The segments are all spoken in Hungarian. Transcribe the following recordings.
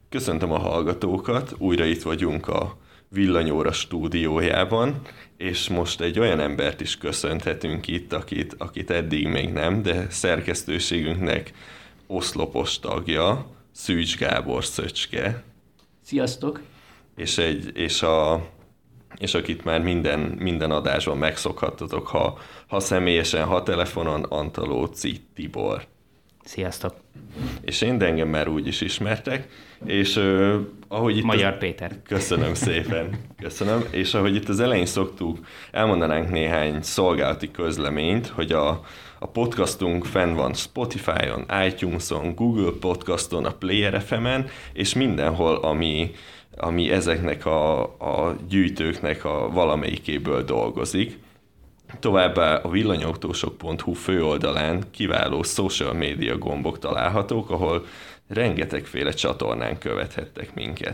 Köszöntöm a hallgatókat, újra itt vagyunk a Villanyóra stúdiójában, és most egy olyan embert is köszönhetünk itt, akit eddig még nem, de szerkesztőségünknek oszlopos tagja, Szűcs Gábor Szöcske. Sziasztok! És akit már minden adásban megszokhattatok, ha személyesen, ha telefonon, Antalóci Tibor. Sziasztok! És én, de engem már úgy is ismertek, és ahogy itt... Magyar Péter. Köszönöm szépen, köszönöm. És ahogy itt az elején szoktuk, elmondanánk néhány szolgálati közleményt, hogy a podcastunk fenn van Spotify-on, iTunes-on, Google Podcaston, a Player FM-en, és mindenhol, ami ezeknek a gyűjtőknek a valamelyikéből dolgozik. Továbbá a villanyautósok.hu főoldalán kiváló social media gombok találhatók, ahol rengetegféle csatornán követhettek minket.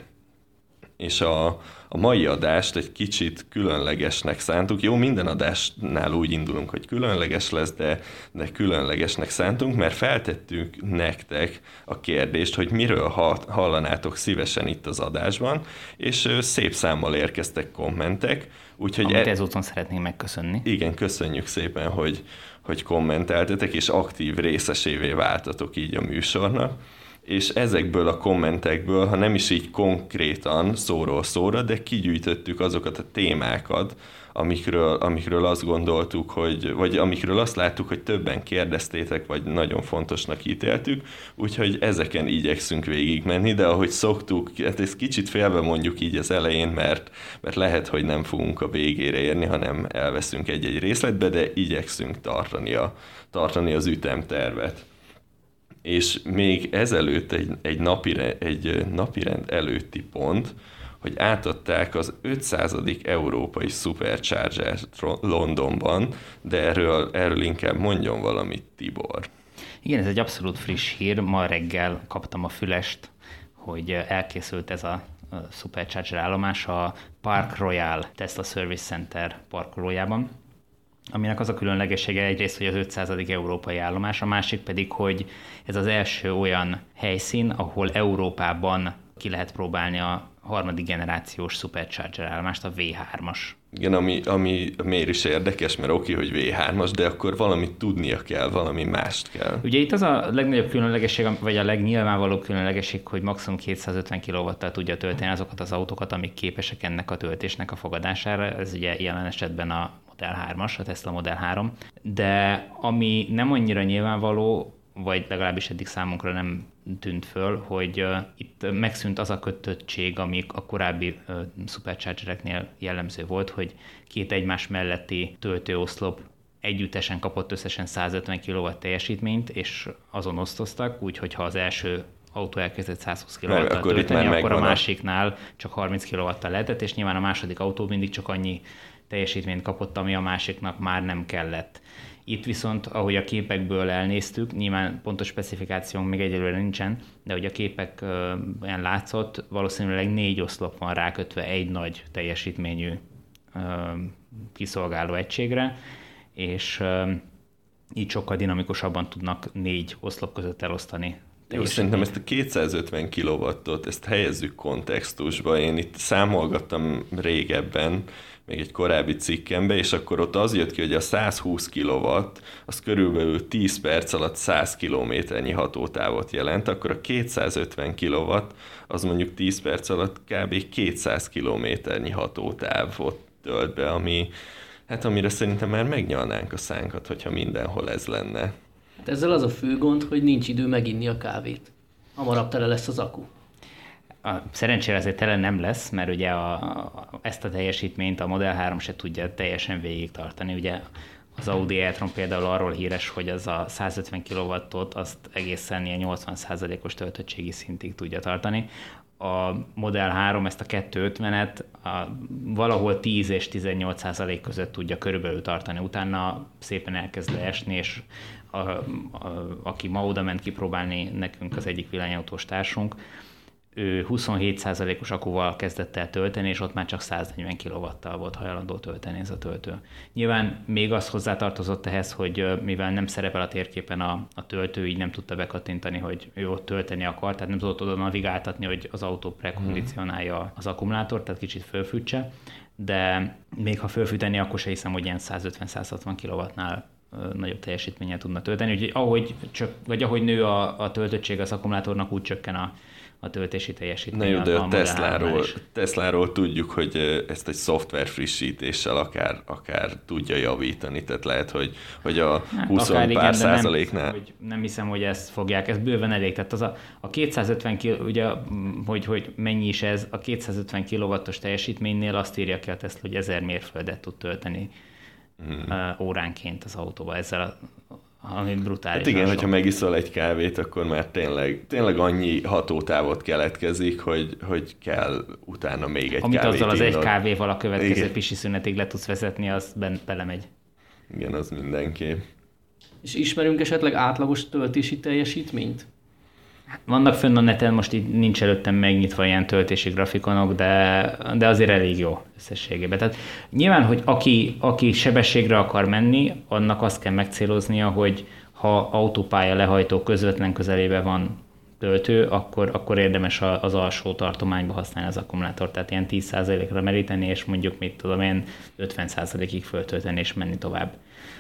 És a mai adást egy kicsit különlegesnek szántuk. Jó, minden adásnál úgy indulunk, hogy különleges lesz, de különlegesnek szántunk, mert feltettük nektek a kérdést, hogy miről hallanátok szívesen itt az adásban, és szép számmal érkeztek kommentek. Úgyhogy amit ezúton szeretnénk megköszönni. Igen, köszönjük szépen, hogy kommenteltetek, és aktív részesévé váltatok így a műsornak. És ezekből a kommentekből, ha nem is így konkrétan szóról szóra, de kigyűjtöttük azokat a témákat, amikről azt gondoltuk, vagy amikről azt láttuk, hogy többen kérdeztétek, vagy nagyon fontosnak ítéltük, úgyhogy ezeken igyekszünk végigmenni, de ahogy szoktuk, hát ezt kicsit félbe mondjuk így az elején, mert lehet, hogy nem fogunk a végére érni, hanem elveszünk egy-egy részletbe, de igyekszünk tartani az ütemtervet. És még ezelőtt egy napirend előtti pont, hogy átadták az 500. európai Supercharger-t Londonban, de erről inkább mondjon valamit Tibor. Igen, ez egy abszolút friss hír. Ma reggel kaptam a fülest, hogy elkészült ez a Supercharger állomás a Park Royal Tesla Service Center parkolójában, aminek az a különlegessége egyrészt, hogy az 500. európai állomás, a másik pedig, hogy ez az első olyan helyszín, ahol Európában ki lehet próbálni a harmadik generációs Supercharger állomást, a V3-as. Igen, ami miért is érdekes, mert oké, hogy V3-as, de akkor valamit tudnia kell, valami mást kell. Ugye itt az a legnagyobb különlegesség, vagy a legnyilvánvalóbb különlegesség, hogy maximum 250 kW-tal tudja tölteni azokat az autókat, amik képesek ennek a töltésnek a fogadására. Ez ugye jelen esetben a Model 3-as, a Tesla Model 3. De ami nem annyira nyilvánvaló, vagy legalábbis eddig számunkra nem tűnt föl, hogy itt megszűnt az a kötöttség, ami a korábbi Superchargereknél jellemző volt, hogy két egymás melletti töltőoszlop együttesen kapott összesen 150 kW teljesítményt, és azon osztoztak, úgyhogy ha az első autó elkezdett 120 kW-tal tölteni, akkor a másiknál csak 30 kW-tal lehetett, és nyilván a második autó mindig csak annyi teljesítményt kapott, ami a másiknak már nem kellett. Itt viszont, ahogy a képekből elnéztük, nyilván pontos specifikációnk még egyelőre nincsen, de hogy a képekben látszott, valószínűleg 4 oszlop van rákötve egy nagy teljesítményű kiszolgáló egységre, és így sokkal dinamikusabban tudnak 4 oszlop között elosztani. Jó, szerintem ezt a 250 kW-ot, ezt helyezzük kontextusba. Én itt számolgattam régebben, még egy korábbi cikkembe, és akkor ott az jött ki, hogy a 120 kW az körülbelül 10 perc alatt 100 kilométernyi hatótávot jelent, akkor a 250 kW az mondjuk 10 perc alatt kb. 200 kilométernyi hatótávot tölt be, amire szerintem már megnyalnánk a szánkat, hogyha mindenhol ez lenne. Ezzel az a fő gond, hogy nincs idő meginni a kávét. Hamarabb tele lesz az akku. Szerencsére azért tele nem lesz, mert ugye ezt a teljesítményt a Model 3 se tudja teljesen végig tartani. Ugye az Audi e-tron például arról híres, hogy az a 150 kW-ot azt egészen ilyen 80%-os töltöttségi szintig tudja tartani. A Model 3 ezt a 250-et valahol 10 és 18% között tudja körülbelül tartani. Utána szépen elkezd leesni, és aki ma oda ment kipróbálni nekünk az egyik villanyautós társunk, ő 27%-os akuval kezdett el tölteni, és ott már csak 140 kW-tal volt hajlandó tölteni ez a töltő. Nyilván még az hozzátartozott ehhez, hogy mivel nem szerepel a térképen a töltő, így nem tudta bekattintani, hogy ő ott tölteni akar, tehát nem tudott oda navigáltatni, hogy az autó prekondicionálja az akkumulátort, tehát kicsit fölfűtse, de még ha fölfűteni, akkor se hiszem, hogy ilyen 150-160 kW-nál nagyobb teljesítménnyel tudna tölteni. Úgyhogy ahogy nő a töltöttség az akkumulátornak, úgy csökken a töltési teljesítmény. Na jó, de a Tesláról tudjuk, hogy ezt egy szoftver frissítéssel akár tudja javítani, tehát lehet, hogy a 20 pár százaléknál... Nem hiszem, hogy ezt fogják, ez bőven elég. Tehát az a 250 ugye, hogy mennyi is ez, a 250 kW-os teljesítménynél azt írja ki a Tesla, hogy 1000 mérföldet tud tölteni óránként az autóba. Ezzel ami brutális. Hát igen, hogyha megiszol egy kávét, akkor már tényleg annyi hatótávot keletkezik, hogy kell utána még egy amit kávét azzal az innod. egy kávéval a következő pisi szünetig le tudsz vezetni, az belemegy. Igen, az mindenképp. És ismerünk esetleg átlagos töltési teljesítményt? Vannak fönn a neten, most így nincs előttem megnyitva ilyen töltési grafikonok, de azért elég jó összességében. Tehát nyilván, hogy aki sebességre akar menni, annak azt kell megcéloznia, hogy ha autópálya lehajtó közvetlen közelében van töltő, akkor érdemes az alsó tartományba használni az akkumulátort, tehát ilyen 10%-ra meríteni, és mondjuk mit tudom én 50%-ig föltölteni és menni tovább.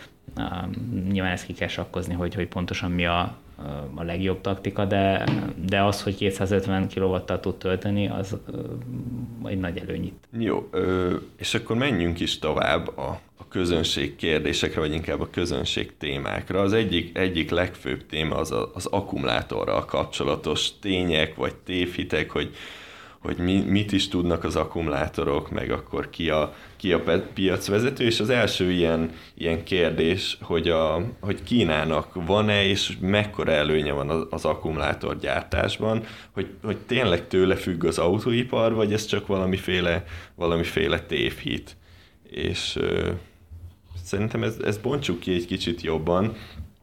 Nyilván ezt ki kell sakkozni, hogy pontosan mi a legjobb taktika, de az, hogy 250 kW-tal tud tölteni, az egy nagy előnyit. Jó, és akkor menjünk is tovább a közönség kérdésekre, vagy inkább a közönség témákra. Az egyik legfőbb téma az akkumulátorral kapcsolatos tények, vagy tévhitek, hogy mit is tudnak az akkumulátorok, meg akkor ki a piacvezető, és az első ilyen kérdés, hogy Kínának van-e, és mekkora előnye van az akkumulátorgyártásban, hogy tényleg tőle függ az autóipar, vagy ez csak valamiféle tévhit. És szerintem ezt bontsuk ki egy kicsit jobban.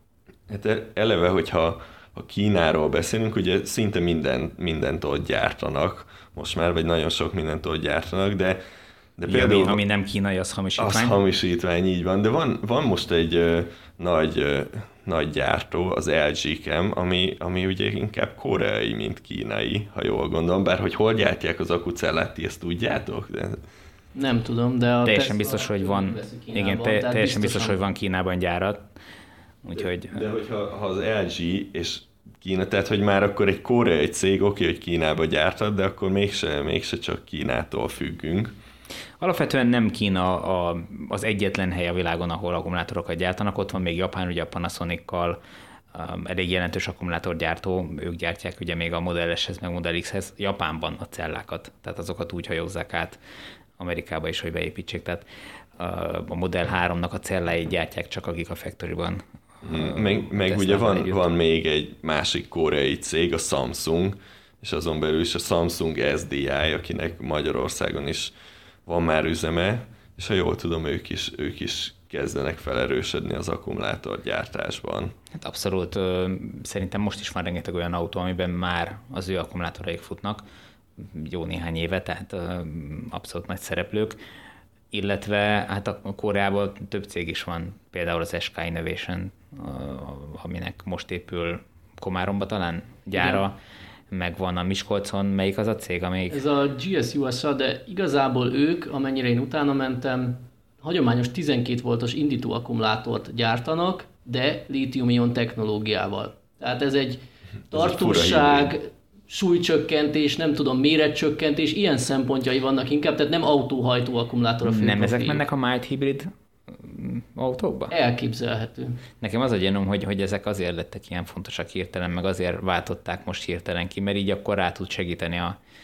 Hát eleve, hogyha Kínáról beszélünk, ugye szinte mindent ott gyártanak, most már, vagy nagyon sok mindent ott gyártanak, de például... Ami nem kínai, az hamisítvány. Az hamisítvány, így van. De van most egy nagy gyártó, az LG Chem, ami ugye inkább koreai, mint kínai, ha jól gondolom. Bár hogy hol gyártják az akucellát, ti ezt tudjátok? De... Nem tudom, de teljesen biztos, hogy van. Igen, teljesen biztos, hogy van Kínában gyárat. Úgyhogy... De hogyha az LG és Kína, tehát hogy már akkor egy koreai cég, oké, hogy Kínába gyártad, de akkor mégse csak Kínától függünk. Alapvetően nem Kína az egyetlen hely a világon, ahol akkumulátorokat gyártanak. Ott van még Japán, ugye a Panasonic-kal, elég jelentős akkumulátorgyártó, ők gyártják ugye még a Model S-hez, meg Model X-hez Japánban a cellákat, tehát azokat úgy hajózzák át Amerikába is, hogy beépítsék. Tehát a Model 3-nak a celláit gyártják csak a Gigafactory-ban. Meg ugye van még egy másik koreai cég, a Samsung, és azon belül is a Samsung SDI, akinek Magyarországon is van már üzeme, és ha jól tudom, ők is kezdenek felerősödni az akkumulátorgyártásban. Hát abszolút. Szerintem most is van rengeteg olyan autó, amiben már az ő akkumulátoraik futnak, jó néhány éve, tehát abszolút nagy szereplők. Illetve hát a Koreában több cég is van, például az SK Innovation, aminek most épül Komáromba talán gyára, igen. Meg van a Miskolcon, melyik az a cég, amelyik... Ez a GS USA, de igazából ők, amennyire én utána mentem, hagyományos 12 voltos indító akkumulátort gyártanak, de lítium-ion technológiával. Tehát ez egy tartóság, súlycsökkentés, nem tudom, méretcsökkentés, ilyen szempontjai vannak inkább, tehát nem autóhajtó akkumulátor a fő Nem profil. Ezek mennek a mild hibrid autókba? Elképzelhető. Nekem az a gyanúm, hogy ezek azért lettek ilyen fontosak hirtelen, meg azért váltották most hirtelen ki, mert így akkor rá tud segíteni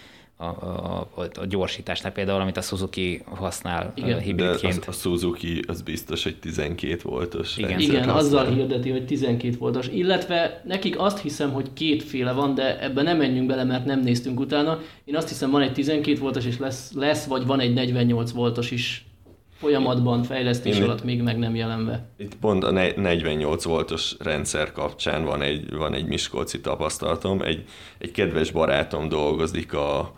a gyorsításnál, például amit a Suzuki használ hibridként. De a Suzuki az biztos, hogy 12 voltos. Igen, azzal hirdeti, hogy 12 voltos. Illetve nekik azt hiszem, hogy kétféle van, de ebben nem menjünk bele, mert nem néztünk utána. Én azt hiszem, van egy 12 voltos, és lesz vagy van egy 48 voltos is. folyamatban, fejlesztés alatt még meg nem jelenve. Itt pont a 48 voltos rendszer kapcsán van egy miskolci tapasztalatom. Egy kedves barátom dolgozik a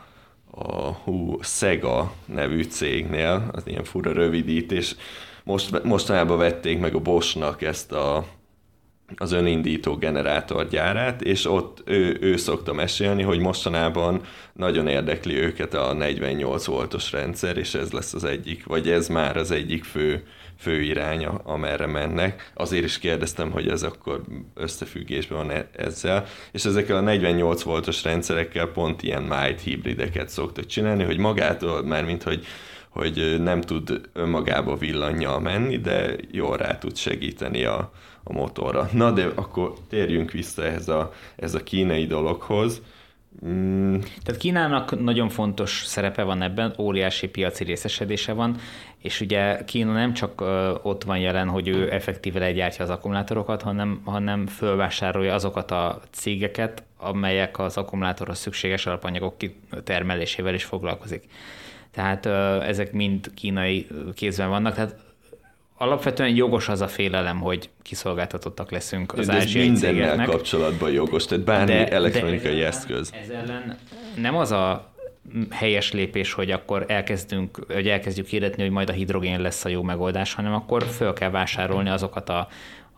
Sega nevű cégnél, az ilyen fura rövidítés. Mostanában vették meg a Boschnak ezt az önindító generátorgyárát, és ott ő szokta mesélni, hogy mostanában nagyon érdekli őket a 48 voltos rendszer, és ez lesz az egyik, vagy ez már az egyik fő iránya, amerre mennek. Azért is kérdeztem, hogy ez akkor összefüggésben van ezzel, és ezekkel a 48 voltos rendszerekkel pont ilyen mild hibrideket szoktak csinálni, hogy magától, mármint hogy nem tud önmagába villannyal menni, de jól rá tud segíteni a motorra. Na, de akkor térjünk vissza ez a kínai dologhoz. Tehát Kínának nagyon fontos szerepe van ebben, óriási piaci részesedése van, és ugye Kína nem csak ott van jelen, hogy ő effektíve legyártja az akkumulátorokat, hanem fölvásárolja azokat a cégeket, amelyek az akkumulátorhoz szükséges alapanyagok termelésével is foglalkozik. Tehát ezek mind kínai kézben vannak, tehát alapvetően jogos az a félelem, hogy kiszolgáltatottak leszünk az ázsiai cégeknek. Ez mindennel kapcsolatban jogos, tehát bármi elektronikai eszköz. Ez ellen nem az a helyes lépés, hogy akkor elkezdjük hirdetni, hogy majd a hidrogén lesz a jó megoldás, hanem akkor föl kell vásárolni azokat a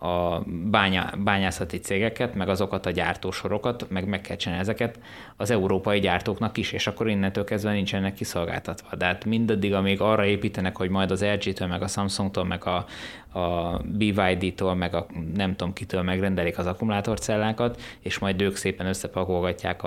bányászati cégeket, meg azokat a gyártósorokat, meg kell csinálni ezeket az európai gyártóknak is, és akkor innentől kezdve nincsenek kiszolgáltatva. De hát mindaddig, amíg arra építenek, hogy majd az LG-től, meg a Samsungtól, meg a BYD-tól, meg a nem tudom kitől megrendelik az akkumulátorcellákat, és majd ők szépen összepakolgatják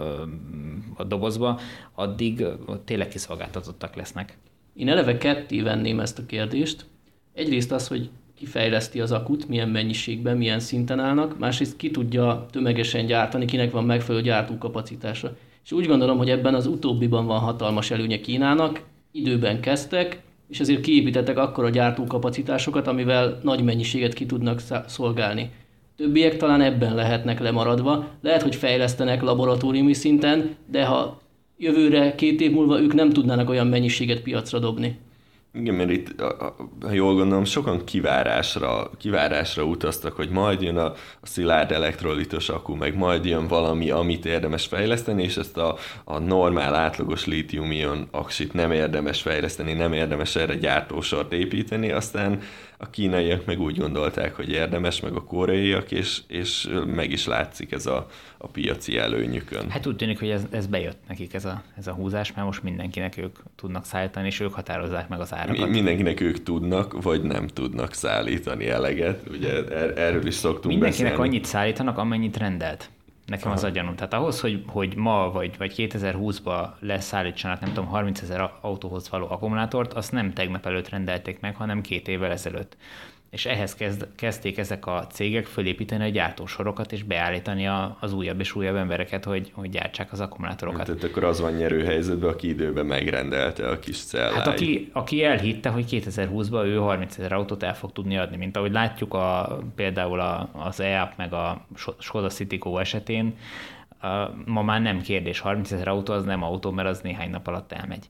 a dobozba, addig tényleg kiszolgáltatottak lesznek. Én eleve ketté venném ezt a kérdést. Egyrészt az, hogy kifejleszti az akut, milyen mennyiségben, milyen szinten állnak, másrészt ki tudja tömegesen gyártani, kinek van megfelelő gyártókapacitása. És úgy gondolom, hogy ebben az utóbbiban van hatalmas előnye Kínának, időben kezdtek, és ezért kiépítettek akkora gyártókapacitásokat, amivel nagy mennyiséget ki tudnak szolgálni. Többiek talán ebben lehetnek lemaradva, lehet, hogy fejlesztenek laboratóriumi szinten, de ha jövőre, 2 év múlva ők nem tudnának olyan mennyiséget piacra dobni. Igen, mert itt, ha jól gondolom, sokan kivárásra utaztak, hogy majd jön a szilárd elektrolitos akku, meg majd jön valami, amit érdemes fejleszteni, és ezt a normál, átlagos lítium-ion aksit nem érdemes fejleszteni, nem érdemes erre gyártósort építeni, aztán a kínaiak meg úgy gondolták, hogy érdemes, meg a koreaiak, és meg is látszik ez a piaci előnyükön. Hát úgy tűnik, hogy ez bejött nekik ez a húzás, mert most mindenkinek ők tudnak szállítani, és ők határozzák meg az árakat. Mindenkinek ők tudnak, vagy nem tudnak szállítani eleget. Ugye erről is szoktunk mindenkinek beszélni. Annyit szállítanak, amennyit rendelt. Nekem az a gyanúm. Tehát ahhoz, hogy ma vagy 2020-ban leszállítsanak, nem tudom, 30 000 autóhoz való akkumulátort, azt nem tegnap előtt rendelték meg, hanem 2 évvel ezelőtt. És ehhez kezdték ezek a cégek fölépíteni a gyártósorokat, és beállítani az újabb és újabb embereket, hogy gyártsák az akkumulátorokat. Tehát akkor az van nyerő helyzetben, aki időben megrendelte a kis celláit. Hát aki elhitte, hogy 2020-ban ő 30 000 autót el fog tudni adni, mint ahogy látjuk például az EAP meg a Skoda Citigo esetén, ma már nem kérdés, 30 000 autó az nem autó, mert az néhány nap alatt elmegy.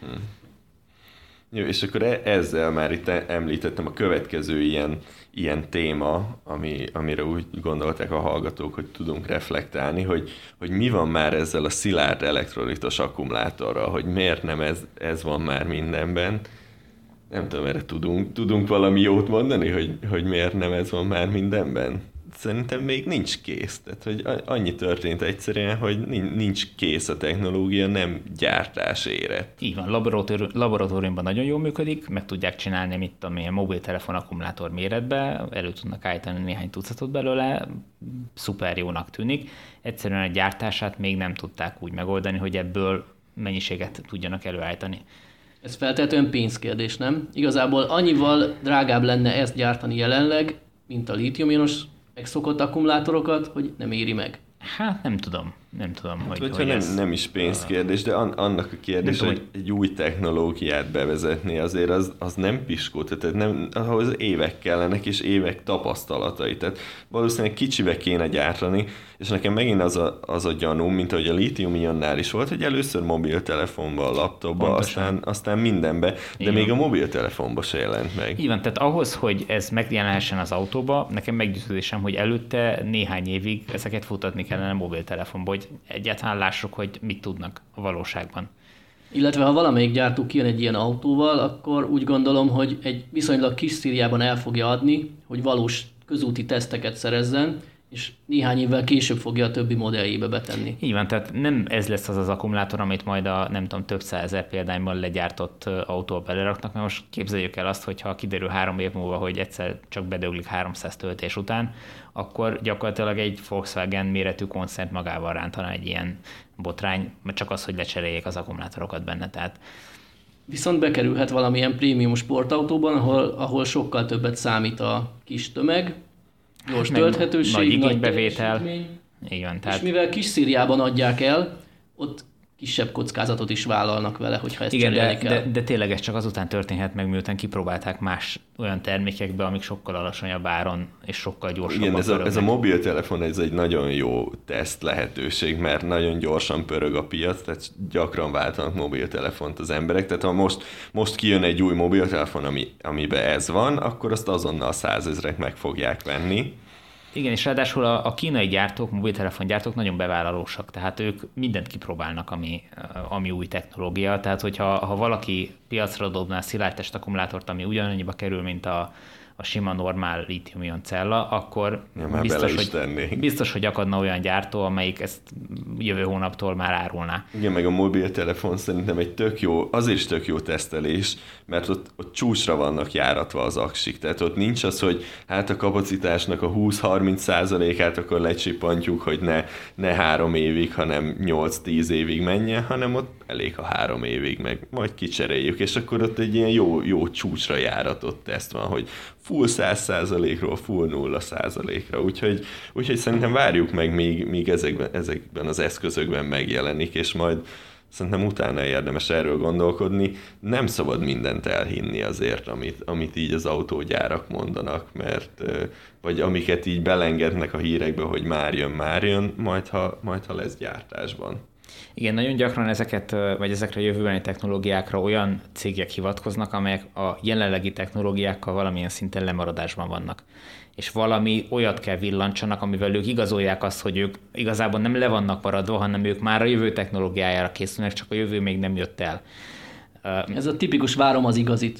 Jó, és akkor ezzel már itt említettem a következő ilyen téma, amire úgy gondolták a hallgatók, hogy tudunk reflektálni, hogy mi van már ezzel a szilárd elektrolitos akkumulátorral, hogy miért nem ez van már mindenben. Nem tudom, erre tudunk valami jót mondani, hogy miért nem ez van már mindenben? Szerintem még nincs kész. Tehát, hogy annyi történt egyszerűen, hogy nincs kész a technológia, nem gyártás érett. Így van, laboratóriumban nagyon jól működik, meg tudják csinálni, mit tudom, ilyen mobiltelefon akkumulátor méretbe, elő tudnak állítani néhány tucatot belőle, szuper jónak tűnik. Egyszerűen a gyártását még nem tudták úgy megoldani, hogy ebből mennyiséget tudjanak előállítani. Ez feltétlenül pénzkérdés, nem? Igazából annyival drágább lenne ezt gyártani jelenleg, mint a lítium-ionos megszokott akkumulátorokat, hogy nem éri meg. Hát nem tudom. nem tudom, hogy nem is pénzkérdés, de annak a kérdés, hogy egy új technológiát bevezetni azért az nem piskó, tehát nem, ahhoz évek kellenek, és évek tapasztalatai. Tehát valószínűleg kicsibe kéne gyártani, és nekem megint az a gyanúm, mint ahogy a lítium-ionnál is volt, hogy először mobiltelefonba, laptopba, aztán mindenbe, de még a mobiltelefonba se jelent meg. Így van, tehát ahhoz, hogy ez megjelenhessen az autóba, nekem meggyőződésem, hogy előtte néhány évig ezeket futatni kellene mobiltelefonba, hogy egyáltalán lássuk, hogy mit tudnak a valóságban. Illetve ha valamelyik gyártó kijön egy ilyen autóval, akkor úgy gondolom, hogy egy viszonylag kis szériában el fogja adni, hogy valós közúti teszteket szerezzen, és néhány évvel később fogja a többi modelljébe betenni. Így van, tehát nem ez lesz az akkumulátor, amit majd a nem tudom, több százezer példányban legyártott autóba beleraknak, mert most képzeljük el azt, hogy ha kiderül 3 év múlva, hogy egyszer csak bedöglik 300 töltés után, akkor gyakorlatilag egy Volkswagen méretű koncert magával rántana egy ilyen botrány, mert csak az, hogy lecseréljék az akkumulátorokat benne. Tehát viszont bekerülhet valamilyen prémium sportautóban, ahol sokkal többet számít a kis tömeg, gyors tölthetőség, nagy igénybevétel. Igen, tehát... És mivel kis szériában adják el, ott kisebb kockázatot is vállalnak vele, hogyha ezt cserélni kell. De tényleg ez csak azután történhet meg, miután kipróbálták más olyan termékekbe, amik sokkal alacsonyabb áron és sokkal gyorsabban. Igen, ez a mobiltelefon, ez egy nagyon jó teszt lehetőség, mert nagyon gyorsan pörög a piac, tehát gyakran váltanak mobiltelefont az emberek, tehát ha most kijön egy új mobiltelefon, amiben ez van, akkor azt azonnal 100 000-ek meg fogják venni. Igen, és ráadásul a kínai gyártók, mobiltelefongyártók nagyon bevállalósak, tehát ők mindent kipróbálnak, ami új technológia. Tehát, hogyha valaki piacra dobná szilárdtest akkumulátort, ami ugyanannyiba kerül, mint a sima normál lítium-ion cella, akkor biztos, hogy akadna olyan gyártó, amelyik ezt jövő hónaptól már árulná. Igen, meg a mobiltelefon szerintem egy azért is tök jó tesztelés, mert ott csúcsra vannak járatva az aksik. Tehát ott nincs az, hogy hát a kapacitásnak a 20-30%-át akkor lecsipantjuk, hogy ne 3 évig, hanem 8-10 évig menjen, hanem ott elég a 3 évig, meg majd kicseréljük, és akkor ott egy ilyen jó csúcsra járatott teszt van, hogy full 100%-ról full 0%-ra, úgyhogy szerintem várjuk meg, míg ezekben az eszközökben megjelenik, és majd szerintem utána érdemes erről gondolkodni. Nem szabad mindent elhinni azért, amit így az autógyárak mondanak, mert vagy amiket így belengednek a hírekbe, hogy már jön, majd ha lesz gyártásban. Igen, nagyon gyakran ezekre a jövőbeni technológiákra olyan cégek hivatkoznak, amelyek a jelenlegi technológiákkal valamilyen szinten lemaradásban vannak. És valami olyat kell villancsanak, amivel ők igazolják azt, hogy ők igazából nem le vannak maradva, hanem ők már a jövő technológiájára készülnek, csak a jövő még nem jött el. Ez a tipikus várom az igazit.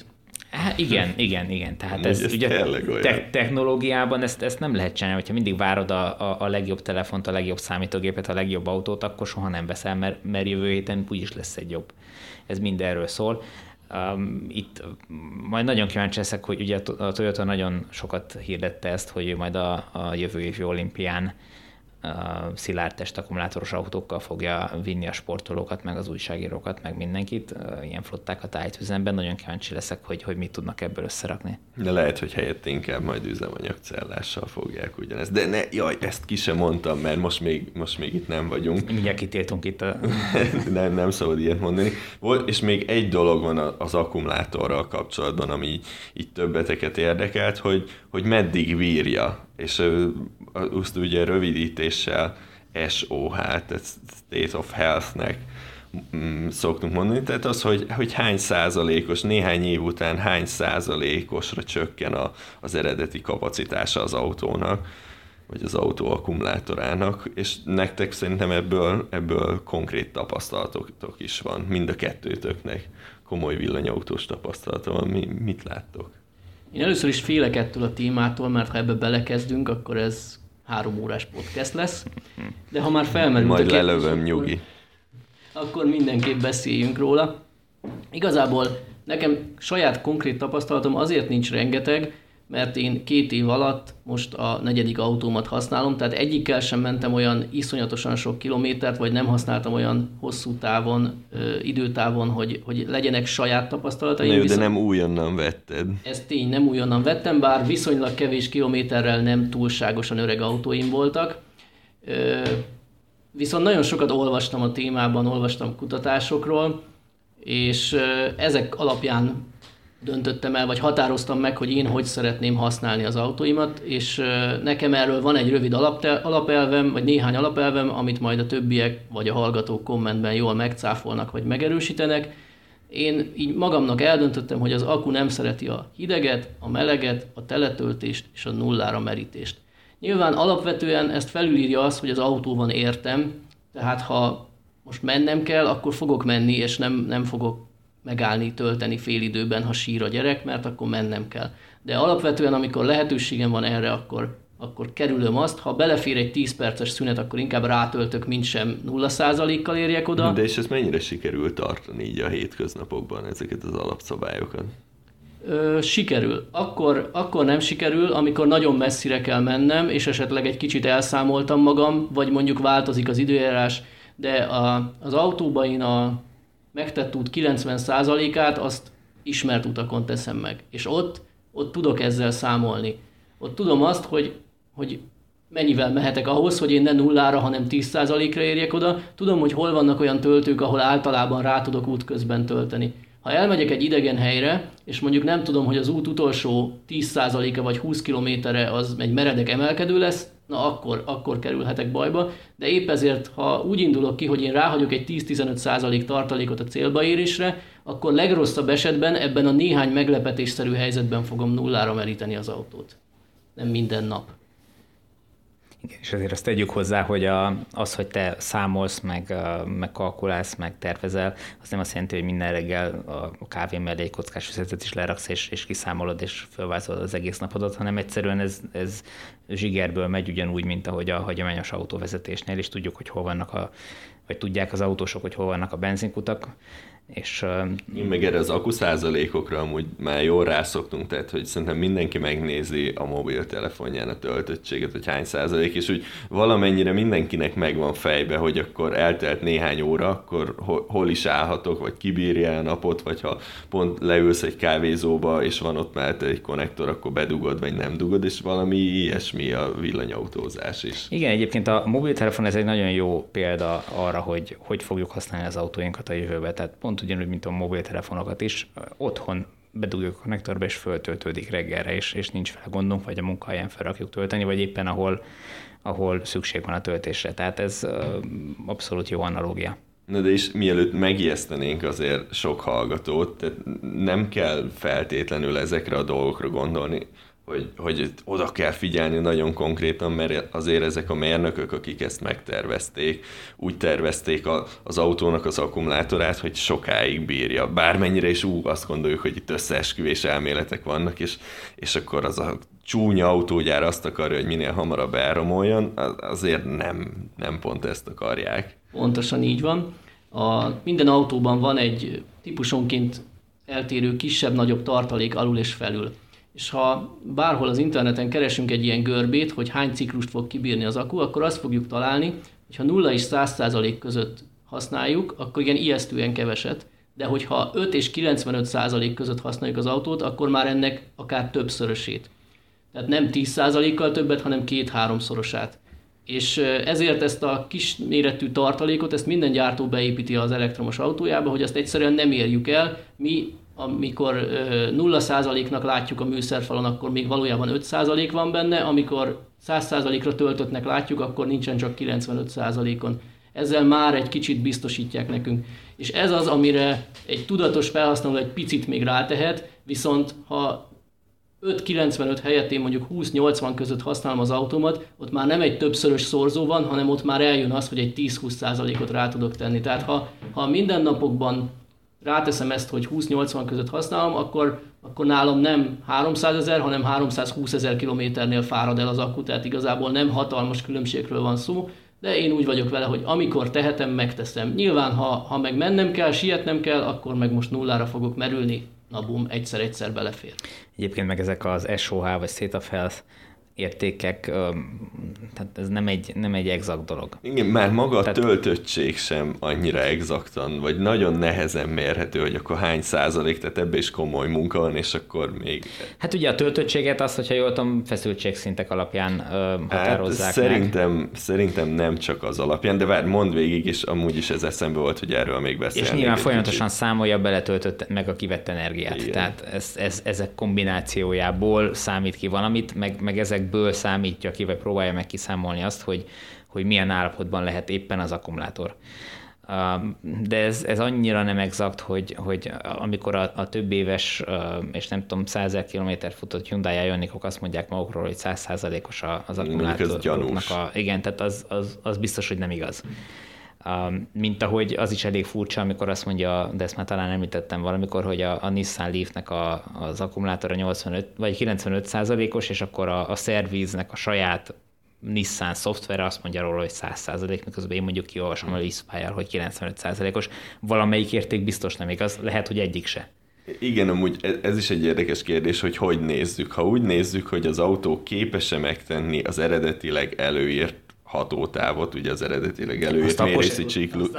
Igen. Tehát ez ugye technológiában ezt nem lehet csinálni, hogyha mindig várod a legjobb telefont, a legjobb számítógépet, a legjobb autót, akkor soha nem veszel, mert jövő héten úgyis lesz egy jobb. Ez mindenről szól. Itt majd nagyon kíváncsi leszek, hogy ugye a Toyota nagyon sokat hirdette ezt, hogy ő majd a jövő évi olimpián szilárdtest akkumulátoros autókkal fogja vinni a sportolókat, meg az újságírókat, meg mindenkit, ilyen flottákat állít üzemben. Nagyon kíváncsi leszek, hogy mit tudnak ebből összerakni. De lehet, hogy helyett inkább majd üzemanyagcellással fogják ugyanezt. De ezt ki sem mondtam, mert most még itt nem vagyunk. Mindjárt kitéltünk itt nem szabad ilyet mondani. És még egy dolog van az akkumulátorral kapcsolatban, ami így többeteket érdekelt, hogy meddig bírja. És azt ugye rövidítéssel SOH, tehát State of Health-nek szoktunk mondani, tehát az, hogy hány százalékos, néhány év után hány százalékosra csökken az eredeti kapacitása az autónak, vagy az autó akkumulátorának, és nektek szerintem ebből konkrét tapasztalatotok is van, mind a kettőtöknek komoly villanyautós tapasztalata van. Mit láttok? Én először is félek ettől a témától, mert ha ebbe belekezdünk, akkor ez 3 órás podcast lesz. De ha már felmerült majd lelövöm, nyugi. Akkor mindenképp beszéljünk róla. Igazából nekem saját konkrét tapasztalatom azért nincs rengeteg, mert én 2 év alatt most a 4. autómat használom, tehát egyikkel sem mentem olyan iszonyatosan sok kilométert, vagy nem használtam olyan hosszú távon, időtávon, hogy legyenek saját tapasztalataim. De nem újonnan vetted. Ez tény, nem újonnan vettem, bár viszonylag kevés kilométerrel nem túlságosan öreg autóim voltak. Viszont nagyon sokat olvastam a témában, olvastam kutatásokról, és ezek alapján döntöttem el, vagy határoztam meg, hogy én hogy szeretném használni az autóimat, és nekem erről van egy rövid alapelvem, vagy néhány alapelvem, amit majd a többiek, vagy a hallgatók kommentben jól megcáfolnak, vagy megerősítenek. Én így magamnak eldöntöttem, hogy az akku nem szereti a hideget, a meleget, a teletöltést és a nullára merítést. Nyilván alapvetően ezt felülírja az, hogy az autóban értem, tehát ha most mennem kell, akkor fogok menni, és nem fogok megállni, tölteni fél időben, ha sír a gyerek, mert akkor mennem kell. De alapvetően, amikor lehetőségem van erre, akkor kerülöm azt. Ha belefér egy 10 perces szünet, akkor inkább rátöltök, mint sem 0%-kal érjek oda. De és ezt mennyire sikerül tartani így a hétköznapokban, ezeket az alapszabályokat? Sikerül. Akkor nem sikerül, amikor nagyon messzire kell mennem, és esetleg egy kicsit elszámoltam magam, vagy mondjuk változik az időjárás, de az autóban én a megtett út 90%-át azt ismert utakon teszem meg. És ott tudok ezzel számolni. Ott tudom azt, hogy mennyivel mehetek ahhoz, hogy én ne nullára, hanem 10%-ra érjek oda. Tudom, hogy hol vannak olyan töltők, ahol általában rá tudok útközben tölteni. Ha elmegyek egy idegen helyre, és mondjuk nem tudom, hogy az út utolsó 10%-a vagy 20 kilométerre az egy meredek emelkedő lesz, na akkor kerülhetek bajba. De épp ezért, ha úgy indulok ki, hogy én ráhagyok egy 10-15% tartalékot a célba érésre, akkor legrosszabb esetben ebben a néhány meglepetésszerű helyzetben fogom nullára meríteni az autót. Nem minden nap. Igen, és azért azt tegyük hozzá, hogy az, hogy te számolsz, meg kalkulálsz, meg tervezel, az nem azt jelenti, hogy minden reggel a kávé mellé egy kockás füzetet is leraksz, és kiszámolod, és fölvázolod az egész napodat, hanem egyszerűen ez zsigerből megy ugyanúgy, mint ahogy a hagyományos autóvezetésnél, és tudjuk, hogy hol vannak vagy tudják az autósok, hogy hol vannak a benzinkutak, és meg erre az akku százalékokra amúgy már jól rászoktunk, tehát hogy szerintem mindenki megnézi a mobiltelefonján a töltöttséget, hogy hány százalék, és úgy valamennyire mindenkinek megvan fejbe, hogy akkor eltelt néhány óra, akkor hol is állhatok, vagy kibírja a napot, vagy ha pont leülsz egy kávézóba, és van ott már egy konnektor, akkor bedugod, vagy nem dugod, és valami ilyesmi a villanyautózás is. Igen, egyébként a mobiltelefon ez egy nagyon jó példa arra, hogy fogjuk használni az autóinkat a jövőbe, tehát pont ugyanúgy, mint a mobiltelefonokat is, otthon bedugjuk a konnektorba, és föltöltődik reggelre, és nincs vele gondunk, vagy a munkahelyen felrakjuk tölteni, vagy éppen ahol szükség van a töltésre. Tehát ez abszolút jó analógia. Na de és mielőtt megijesztenénk azért sok hallgatót, tehát nem kell feltétlenül ezekre a dolgokra gondolni, hogy oda kell figyelni nagyon konkrétan, mert azért ezek a mérnökök, akik ezt megtervezték, úgy tervezték az autónak az akkumulátorát, hogy sokáig bírja. Bármennyire is azt gondoljuk, hogy itt összeesküvés elméletek vannak, és akkor az a csúnya autógyár azt akarja, hogy minél hamarabb elromoljon, azért nem pont ezt akarják. Pontosan így van. Minden autóban van egy típusonként eltérő kisebb-nagyobb tartalék alul és felül. És ha bárhol az interneten keresünk egy ilyen görbét, hogy hány ciklust fog kibírni az akku, akkor azt fogjuk találni, hogy ha 0 és 100% között használjuk, akkor igen, ijesztően keveset, de hogyha 5 és 95% között használjuk az autót, akkor már ennek akár többszörösét. Tehát nem 10%-kal többet, hanem 2-3-szorosát. És ezért ezt a kis méretű tartalékot, ezt minden gyártó beépíti az elektromos autójába, hogy azt egyszerűen nem érjük el. Mi, amikor 0%-nak látjuk a műszerfalon, akkor még valójában 5% van benne, amikor 100%-ra töltöttnek látjuk, akkor nincsen csak 95%-on. Ezzel már egy kicsit biztosítják nekünk. És ez az, amire egy tudatos felhasználó egy picit még rátehet, viszont ha 5-95 helyett én mondjuk 20-80 között használom az autómat, ott már nem egy többszörös szorzó van, hanem ott már eljön az, hogy egy 10-20%-ot rá tudok tenni. Tehát ha mindennapokban ráteszem ezt, hogy 20-80 között használom, akkor nálam nem 300 000, hanem 320 000 kilométernél fárad el az akku, tehát igazából nem hatalmas különbségről van szó, de én úgy vagyok vele, hogy amikor tehetem, megteszem. Nyilván, ha meg mennem kell, sietnem kell, akkor meg most nullára fogok merülni, na bum, egyszer belefér. Egyébként meg ezek az SOH vagy State of Health értékek, tehát ez nem egy exakt dolog. Igen, már maga a töltöttség sem annyira exaktan, vagy nagyon nehezen mérhető, hogy akkor hány százalék, tehát ebbe is komoly munka van, és akkor még... Hát ugye a töltöttséget azt, hogyha jól tudom, feszültségszintek alapján határozzák Szerintem nem csak az alapján, de várj, mondd végig, és amúgy is ez eszembe volt, hogy erről még beszélni. És nyilván folyamatosan számolja beletöltött meg a kivett energiát. Igen. Tehát ezek kombinációjából számít ki valamit, meg ezekből számítja ki, vagy próbálja meg kiszámolni azt, hogy milyen állapotban lehet éppen az akkumulátor. De ez annyira nem exakt, hogy amikor a több éves, és nem tudom, 100 000 kilométer futott Hyundai Ionicok azt mondják magukról, hogy 100%-os az akkumulátoroknak igen, tehát az biztos, hogy nem igaz. Mint ahogy az is elég furcsa, amikor azt mondja, de ezt már talán említettem valamikor, hogy a Nissan Leaf-nek az akkumulátora 85 vagy 95%-os, és akkor a szerviznek a saját Nissan szoftvere azt mondja róla, hogy 100%, miközben én mondjuk kiolvasom a Leafspire-jal, hogy 95%-os. Valamelyik érték biztos nem igaz, lehet, hogy egyik se. Igen, amúgy ez is egy érdekes kérdés, hogy nézzük. Ha úgy nézzük, hogy az autó képes-e megtenni az eredetileg előírt hatótávot, ugye az eredetileg előírt mérési ciklus,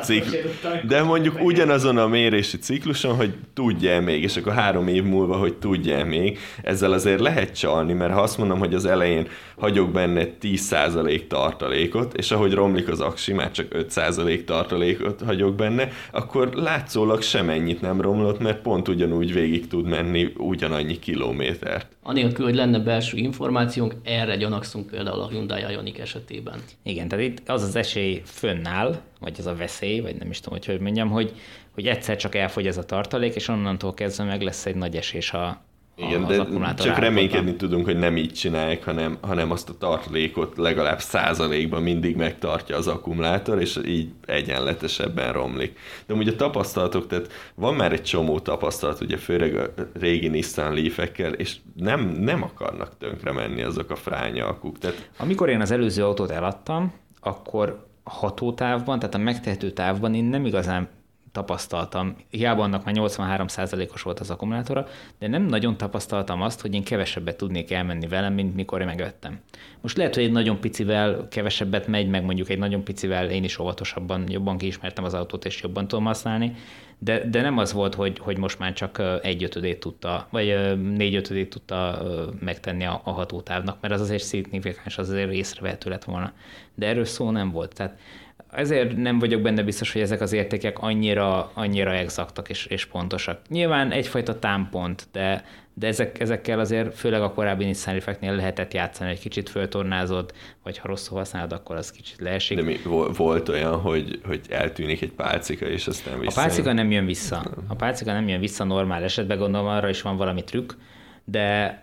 de mondjuk ugyanazon a mérési cikluson, hogy tudja még, és akkor 3 év múlva, hogy tudja még, ezzel azért lehet csalni, mert ha azt mondom, hogy az elején hagyok benne 10% tartalékot, és ahogy romlik az aksi, már csak 5% tartalékot hagyok benne, akkor látszólag semennyit nem romlott, mert pont ugyanúgy végig tud menni ugyanannyi kilométert. Anélkül, hogy lenne belső információnk, erre gyanakszunk például a Hyundai Ioniq esetében. Igen, tehát itt az esély fönnáll, vagy az a veszély, vagy nem is tudom, hogy mondjam, hogy egyszer csak elfogy ez a tartalék, és onnantól kezdve meg lesz egy nagy esés igen, de csak reménykedni tudunk, hogy nem így csinálják, hanem azt a tartalékot legalább 1%-ban mindig megtartja az akkumulátor, és így egyenletesebben romlik. De ugye a tapasztalatok, tehát van már egy csomó tapasztalat, ugye főleg a régi Nissan Leaf-ekkel, és nem akarnak tönkre menni azok a fránya akuk. Tehát... Amikor én az előző autót eladtam, akkor hatótávban, tehát a megtehető távban én nem igazán tapasztaltam, hiába annak már 83%-os volt az akkumulátora, de nem nagyon tapasztaltam azt, hogy én kevesebbet tudnék elmenni velem, mint mikor én megvettem. Most lehet, hogy egy nagyon picivel kevesebbet megy, meg mondjuk egy nagyon picivel én is óvatosabban, jobban kiismertem az autót, és jobban tudom használni, de nem az volt, hogy most már csak 1/5 tudta, vagy 4/5 tudta megtenni a hatótávnak, mert az azért szignifikáns, az azért észrevehető lett volna. De erről szó nem volt. Tehát ezért nem vagyok benne biztos, hogy ezek az értékek annyira exaktak és pontosak. Nyilván egyfajta támpont, de ezekkel azért főleg a korábbi Nissan Leaf-eknél lehetett játszani, egy kicsit föltornázod, vagy ha rosszul használod, akkor az kicsit leesik. De volt olyan, hogy eltűnik egy pálcika, és aztán vissza. A pálcika nem jön vissza. A pálcika nem jön vissza normál esetben, gondolom arra is van valami trükk, de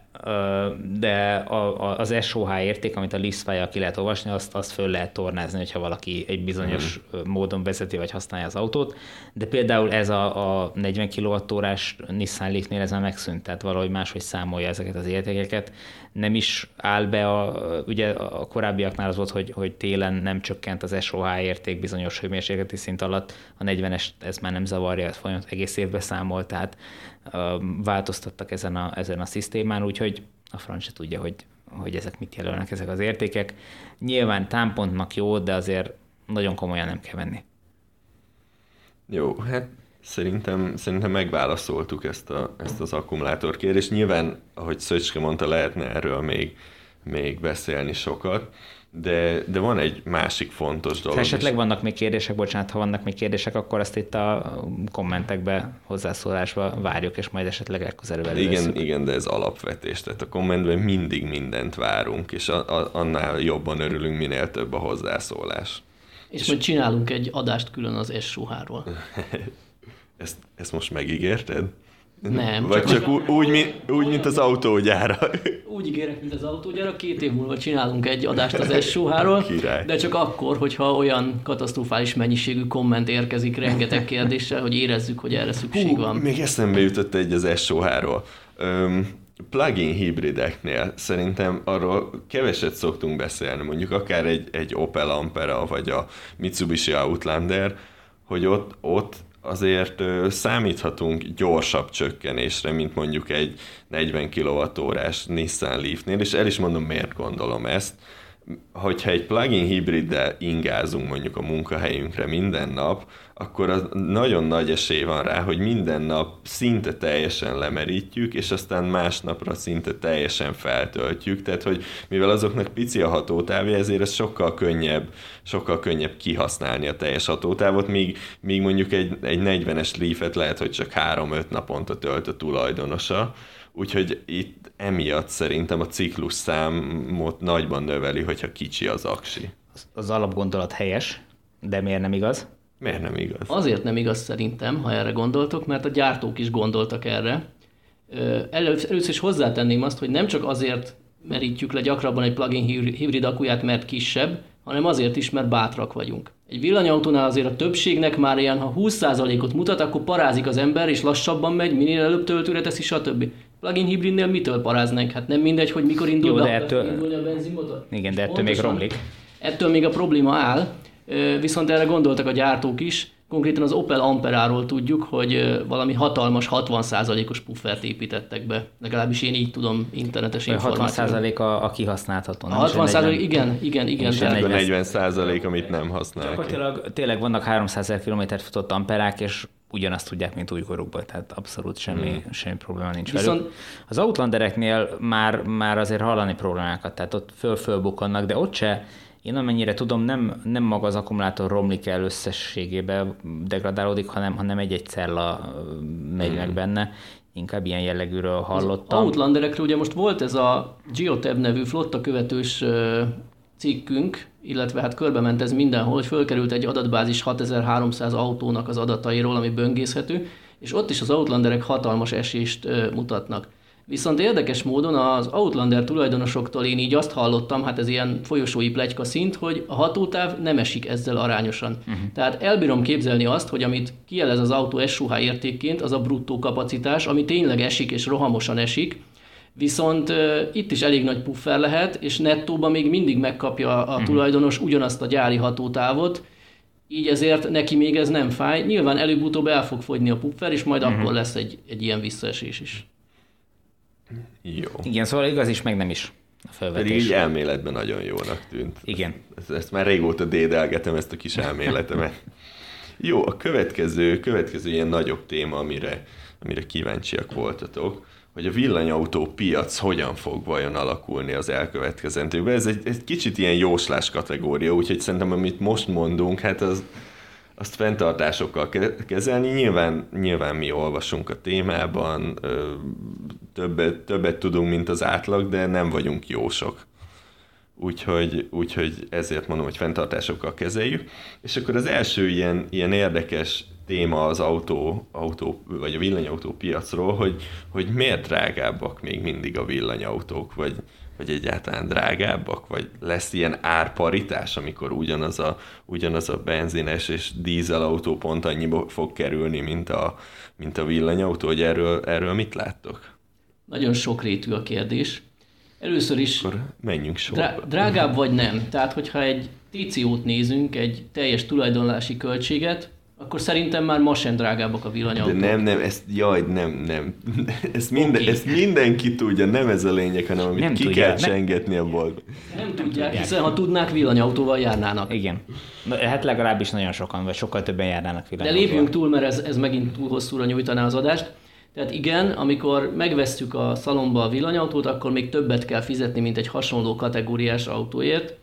az SOH érték, amit a Leafspire-jal ki lehet olvasni, azt föl lehet tornázni, hogyha valaki egy bizonyos módon vezeti vagy használja az autót, de például ez a 40 kWh-órás Nissan Leaf-nél ez már megszűnt, tehát valahogy máshogy számolja ezeket az értékeket. Nem is áll be, ugye a korábbiaknál az volt, hogy télen nem csökkent az SOH érték bizonyos hőmérsékleti szint alatt, a 40-es ez már nem zavarja, ez folyamat egész évben számol, tehát változtattak ezen a szisztémán, úgyhogy a franc se tudja, hogy ezek mit jelölnek, ezek az értékek. Nyilván támpontnak jó, de azért nagyon komolyan nem kell venni. Jó, hát szerintem megválaszoltuk ezt az akkumulátor kérdést. Nyilván, ahogy Szöcske mondta, lehetne erről még beszélni sokat, de van egy másik fontos dolog. Ha esetleg vannak még kérdések, bocsánat, ha vannak még kérdések, akkor azt itt a kommentekbe, hozzászólásba várjuk, és majd esetleg legközelebb előveszünk. Igen, de ez alapvetés, tehát a kommentben mindig mindent várunk, és annál jobban örülünk, minél több a hozzászólás. És majd csinálunk egy adást külön az SOH-ról. Ezt most megígérted? Nem. Vagy csak úgy, mint az autógyára. Úgy ígérek, mint az autógyára. 2 év múlva csinálunk egy adást az SOH-ról, de csak akkor, hogyha olyan katasztrofális mennyiségű komment érkezik rengeteg kérdéssel, hogy érezzük, hogy erre szükség van. Még eszembe jutott egy az SOH-ról. Plug-in hibrideknél szerintem arról keveset szoktunk beszélni, mondjuk akár egy Opel Ampera, vagy a Mitsubishi Outlander, hogy ott azért számíthatunk gyorsabb csökkenésre, mint mondjuk egy 40 kWh-órás Nissan Leafnél, és el is mondom, miért gondolom ezt. Hogyha egy plug-in hibriddel ingázunk mondjuk a munkahelyünkre minden nap, akkor az nagyon nagy esély van rá, hogy minden nap szinte teljesen lemerítjük, és aztán másnapra szinte teljesen feltöltjük, tehát hogy mivel azoknak pici a hatótávja, ezért ez sokkal könnyebb kihasználni a teljes hatótávot, míg mondjuk egy 40-es Leafet lehet, hogy csak 3-5 naponta tölt a tulajdonosa, úgyhogy itt emiatt szerintem a ciklus számot nagyban növeli, hogyha kicsi az aksi. Az alapgondolat helyes, de miért nem igaz? Miért nem igaz? Azért nem igaz szerintem, ha erre gondoltok, mert a gyártók is gondoltak erre. Először is hozzátenném azt, hogy nem csak azért merítjük le gyakrabban egy plug-in hibrid akuját, mert kisebb, hanem azért is, mert bátrak vagyunk. Egy villanyautónál azért a többségnek már ilyen, ha 20%-ot mutat, akkor parázik az ember, és lassabban megy, minél előbb töltőre teszi, stb. Plug-in hibridnél mitől paráznánk? Hát nem mindegy, hogy mikor indul be a benzinmotor. Igen, de ettől még romlik. Ettől még a probléma áll, viszont erre gondoltak a gyártók is. Konkrétan az Opel Amperáról tudjuk, hogy valami hatalmas 60%-os puffert építettek be. Legalábbis én így tudom internetes információt. 60% a kihasználható. A 60%, igen. És a 40%, amit nem használják. Gyakorlatilag tényleg vannak 300 000 kilométert futott amperák, és ugyanazt tudják, mint újkorukban, tehát abszolút semmi probléma nincs velük. Az Outlandereknél már azért hallani problémákat, tehát ott fölbukkannak, de ott se, én amennyire tudom, nem maga az akkumulátor romlik el összességében, degradálódik, hanem egy-egy cella megy meg benne. Inkább ilyen jellegűről hallottam. Az Outlanderekről ugye most volt ez a Geotab nevű flotta követős cikkünk, illetve hát körbement ez mindenhol, hogy fölkerült egy adatbázis 6300 autónak az adatairól, ami böngészhető, és ott is az Outlanderek hatalmas esést mutatnak. Viszont érdekes módon az Outlander tulajdonosoktól én így azt hallottam, hát ez ilyen folyosói pletyka szint, hogy a hatótáv nem esik ezzel arányosan. Tehát elbírom képzelni azt, hogy amit kijelez az autó SUH értékként, az a bruttó kapacitás, ami tényleg esik és rohamosan esik, viszont itt is elég nagy puffer lehet, és nettóban még mindig megkapja a tulajdonos ugyanazt a gyári hatótávot, így ezért neki még ez nem fáj. Nyilván előbb-utóbb el fog fogyni a puffer, és majd akkor lesz egy ilyen visszaesés is. Jó. Igen, szóval igaz is, meg nem is a felvetés. Pedig így elméletben nagyon jónak tűnt. Igen. Ezt már régóta dédelgetem, ezt a kis elméletemet. Jó, a következő ilyen nagyobb téma, amire kíváncsiak voltatok, hogy a villanyautó piac hogyan fog vajon alakulni az elkövetkezendőkben. Ez egy kicsit ilyen jóslás kategória, úgyhogy szerintem amit most mondunk, hát azt fenntartásokkal kezelni. Nyilván mi olvasunk a témában, többet tudunk, mint az átlag, de nem vagyunk jósok. Úgyhogy ezért mondom, hogy fenntartásokkal kezeljük. És akkor az első ilyen érdekes téma az autó vagy a villanyautó piacról, hogy miért drágábbak még mindig a villanyautók, vagy egyáltalán drágábbak, vagy lesz ilyen árparitás, amikor ugyanaz a benzines és dízelautó pont annyiba fog kerülni, mint a villanyautó, hogy erről mit láttok? Nagyon sokrétű a kérdés. Először is akkor menjünk sorba. Drágább vagy nem? Tehát, hogyha egy TCO-t nézünk, egy teljes tulajdonlási költséget, akkor szerintem már ma sem drágábbak a villanyautók. De nem, nem. Ezt mindenki tudja, nem ez a lényeg, hanem amit ki kell csengetni a boltba. Nem tudják, hiszen ha tudnák, villanyautóval járnának. Igen. Hát legalábbis nagyon sokan, vagy sokkal többen járnának villanyautóval. De lépjünk túl, mert ez megint túl hosszúra nyújtaná az adást. Tehát igen, amikor megvesszük a szalomba a villanyautót, akkor még többet kell fizetni, mint egy hasonló kategóriás autóért.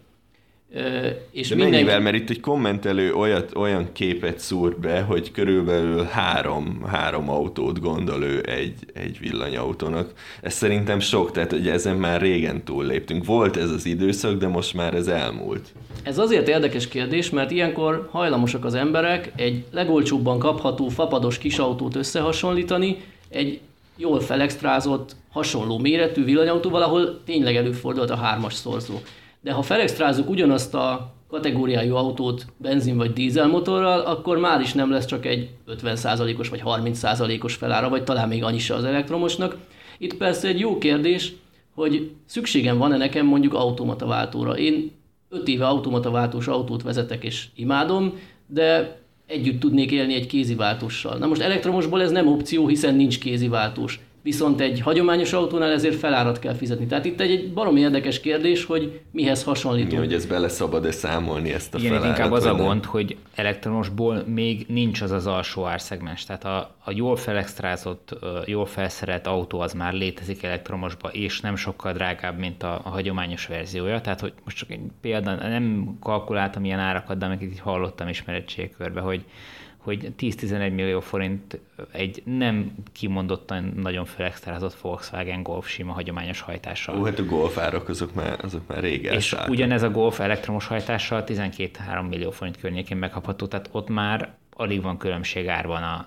És de mennyivel, mert itt egy kommentelő olyan képet szúr be, hogy körülbelül három autót gondol ő egy villanyautónak. Ez szerintem sok, tehát hogy ezen már régen túlléptünk. Volt ez az időszak, de most már ez elmúlt. Ez azért érdekes kérdés, mert ilyenkor hajlamosak az emberek egy legolcsóbban kapható fapados kisautót összehasonlítani egy jól felextrázott, hasonló méretű villanyautóval, ahol tényleg előfordult a 3-as szorzó. De ha felextrázzuk ugyanazt a kategóriájú autót benzin vagy dízelmotorral, akkor már is nem lesz csak egy 50%-os vagy 30%-os felára, vagy talán még annyi se az elektromosnak. Itt persze egy jó kérdés, hogy szükségem van-e nekem mondjuk automataváltóra. Én 5 éve automataváltós autót vezetek és imádom, de együtt tudnék élni egy kéziváltóssal. Na most elektromosból ez nem opció, hiszen nincs kéziváltós. Viszont egy hagyományos autónál ezért felárat kell fizetni. Tehát itt egy baromi érdekes kérdés, hogy mihez hasonlítunk. Hogy ez bele szabad-e számolni ezt a igen, felárat? Inkább az a gond, hogy elektromosból még nincs az alsó árszegmens. Tehát a jól felextrázott, jól felszerelt autó az már létezik elektromosba, és nem sokkal drágább, mint a hagyományos verziója. Tehát, hogy most csak egy példa, nem kalkuláltam ilyen árakat, de amiket így hallottam ismeretségkörbe, hogy 10-11 millió forint egy nem kimondottan nagyon felextrázott Volkswagen Golf sima hagyományos hajtással. Hát a Golf árak azok már rég elszálltak. És ugyanez a Golf elektromos hajtással 12-3 millió forint környékén megkapható, tehát ott már alig van különbség árban a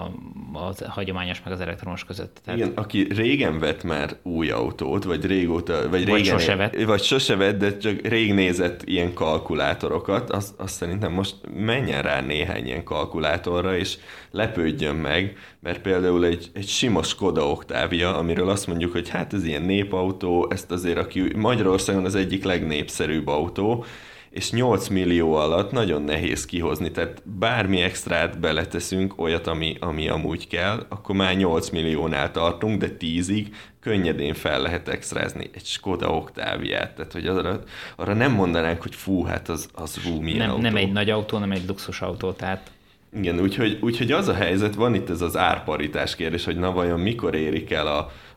hagyományos meg az elektromos között. Tehát... Igen, aki régen vett már új autót, vagy régóta, vagy sose vett, de csak rég nézett ilyen kalkulátorokat, azt szerintem most menjen rá néhány ilyen kalkulátorra, és lepődjön meg, mert például egy sima Skoda Octavia, amiről azt mondjuk, hogy hát ez ilyen népautó, ezt azért, aki Magyarországon az egyik legnépszerűbb autó, és 8 millió alatt nagyon nehéz kihozni, tehát bármi extrát beleteszünk, olyat, ami amúgy kell, akkor már 8 milliónál tartunk, de 10-ig könnyedén fel lehet extrázni egy Skoda Octaviát, tehát hogy arra nem mondanánk, hogy fú, hát az milyen autó. Nem egy nagy autó, nem egy luxus autó, tehát... Igen, úgyhogy az a helyzet, van itt ez az árparitás kérdés, hogy na vajon mikor érik el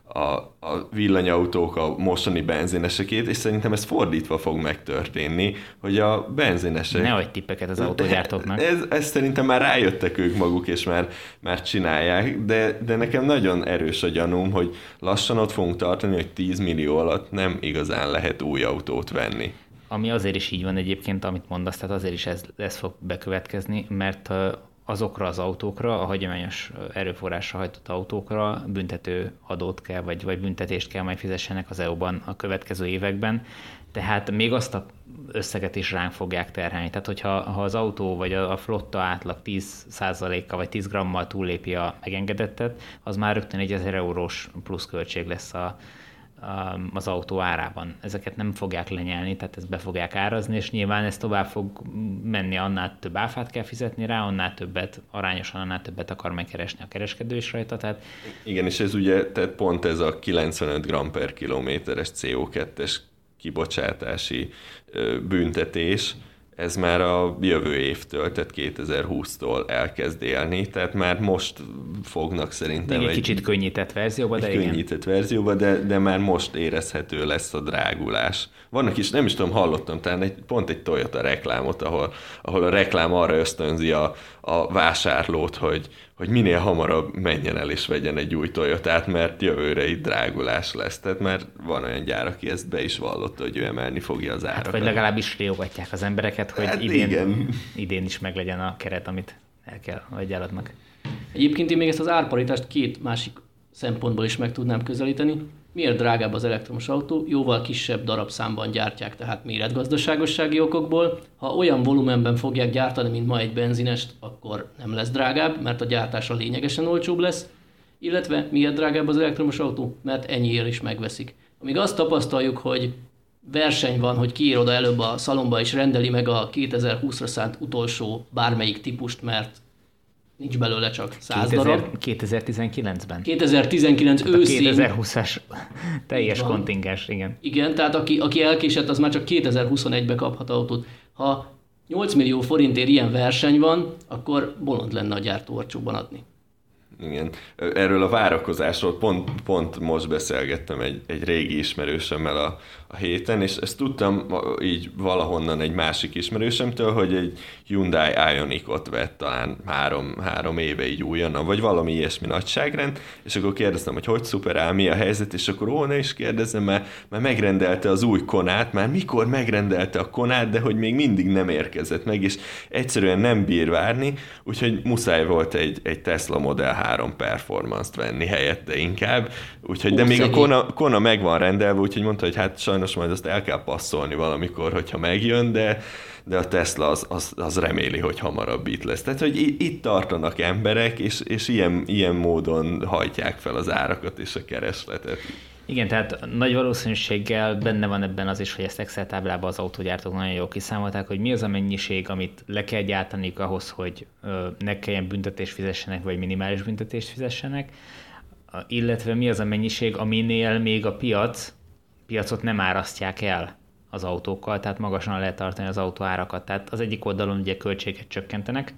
a villanyautók a mostani benzinesekét, és szerintem ez fordítva fog megtörténni, hogy a benzinesek... Ne adj tippeket az autógyártóknak. Ez szerintem már rájöttek ők maguk, és már csinálják, de nekem nagyon erős a gyanúm, hogy lassan ott fogunk tartani, hogy 10 millió alatt nem igazán lehet új autót venni. Ami azért is így van egyébként, amit mondasz, tehát azért is ez fog bekövetkezni, mert azokra az autókra, a hagyományos erőforrásra hajtott autókra büntető adót kell, vagy büntetést kell majd fizessenek az EU-ban a következő években, tehát még azt a összeget is ránk fogják terhelni. Tehát, hogyha az autó vagy a flotta átlag 10%-kal vagy 10 grammal túllépi a megengedettet, az már rögtön egy 1000 eurós pluszköltség lesz az autó árában. Ezeket nem fogják lenyelni, tehát ezt be fogják árazni, és nyilván ez tovább fog menni, annál több áfát kell fizetni rá, arányosan annál többet akar megkeresni a kereskedő is rajta. Tehát... Igen, és ez ugye tehát pont ez a 95 g per kilométeres CO2-es kibocsátási büntetés, ez már a jövő évtől, tehát 2020-tól elkezd élni, tehát már most fognak szerintem egy kicsit könnyített verzióba, de igen. Könnyített verzióba, de már most érezhető lesz a drágulás. Vannak is, nem is tudom, hallottam talán pont egy Toyota reklámot, ahol a reklám arra ösztönzi a vásárlót, hogy minél hamarabb menjen el és vegyen egy új Toyotát, mert jövőre itt drágulás lesz. Tehát már van olyan gyár, aki ezt be is vallotta, hogy ő emelni fogja az árakat. Vagy legalábbis riogatják az embereket, hogy idén is meglegyen a keret, amit el kell, vagy eladnak. Egyébként én még ezt az árparitást két másik szempontból is meg tudnám közelíteni. Miért drágább az elektromos autó? Jóval kisebb darabszámban gyártják, tehát méretgazdaságossági okokból. Ha olyan volumenben fogják gyártani, mint ma egy benzinest, akkor nem lesz drágább, mert a gyártása lényegesen olcsóbb lesz. Illetve miért drágább az elektromos autó? Mert ennyiért is megveszik. Amíg azt tapasztaljuk, hogy verseny van, hogy ki ér oda előbb a szalomba és rendeli meg a 2020-ra szánt utolsó bármelyik típust, mert nincs belőle csak 100 darab. 2019-ben? 2019 őszén. 2020-as teljes kontingens, igen. Igen, tehát aki elkésett, az már csak 2021-ben kaphat autót. Ha 8 millió forintért ilyen verseny van, akkor bolond lenne a gyártó olcsóbban adni. Igen. Erről a várakozásról pont most beszélgettem egy régi ismerősömmel a héten, és ezt tudtam így valahonnan egy másik ismerősömtől, hogy egy Hyundai Ioniqot vett talán 3 éve így újonnan, vagy valami ilyesmi nagyságrend, és akkor kérdeztem, hogy szuperál, mi a helyzet, és akkor ne is kérdezzem, mert megrendelte az új Konát, már mikor megrendelte a Konát, de hogy még mindig nem érkezett meg, és egyszerűen nem bír várni, úgyhogy muszáj volt egy Tesla Model 3 Performance-t venni helyette inkább, úgyhogy, de még a Kona meg van rendelve, úgyhogy mondta, hogy hát sajnos majd azt el kell passzolni valamikor, hogyha megjön, de a Tesla az reméli, hogy hamarabb itt lesz. Tehát, hogy itt tartanak emberek, és ilyen módon hajtják fel az árakat és a keresletet. Igen, tehát nagy valószínűséggel benne van ebben az is, hogy ezt Excel táblában az autógyártók nagyon jól kiszámolták, hogy mi az a mennyiség, amit le kell gyártaniuk ahhoz, hogy ne kelljen büntetést fizessenek, vagy minimális büntetést fizessenek, illetve mi az a mennyiség, aminél még a piacot nem árasztják el az autókkal, tehát magasan lehet tartani az autóárakat. Tehát az egyik oldalon ugye költséget csökkentenek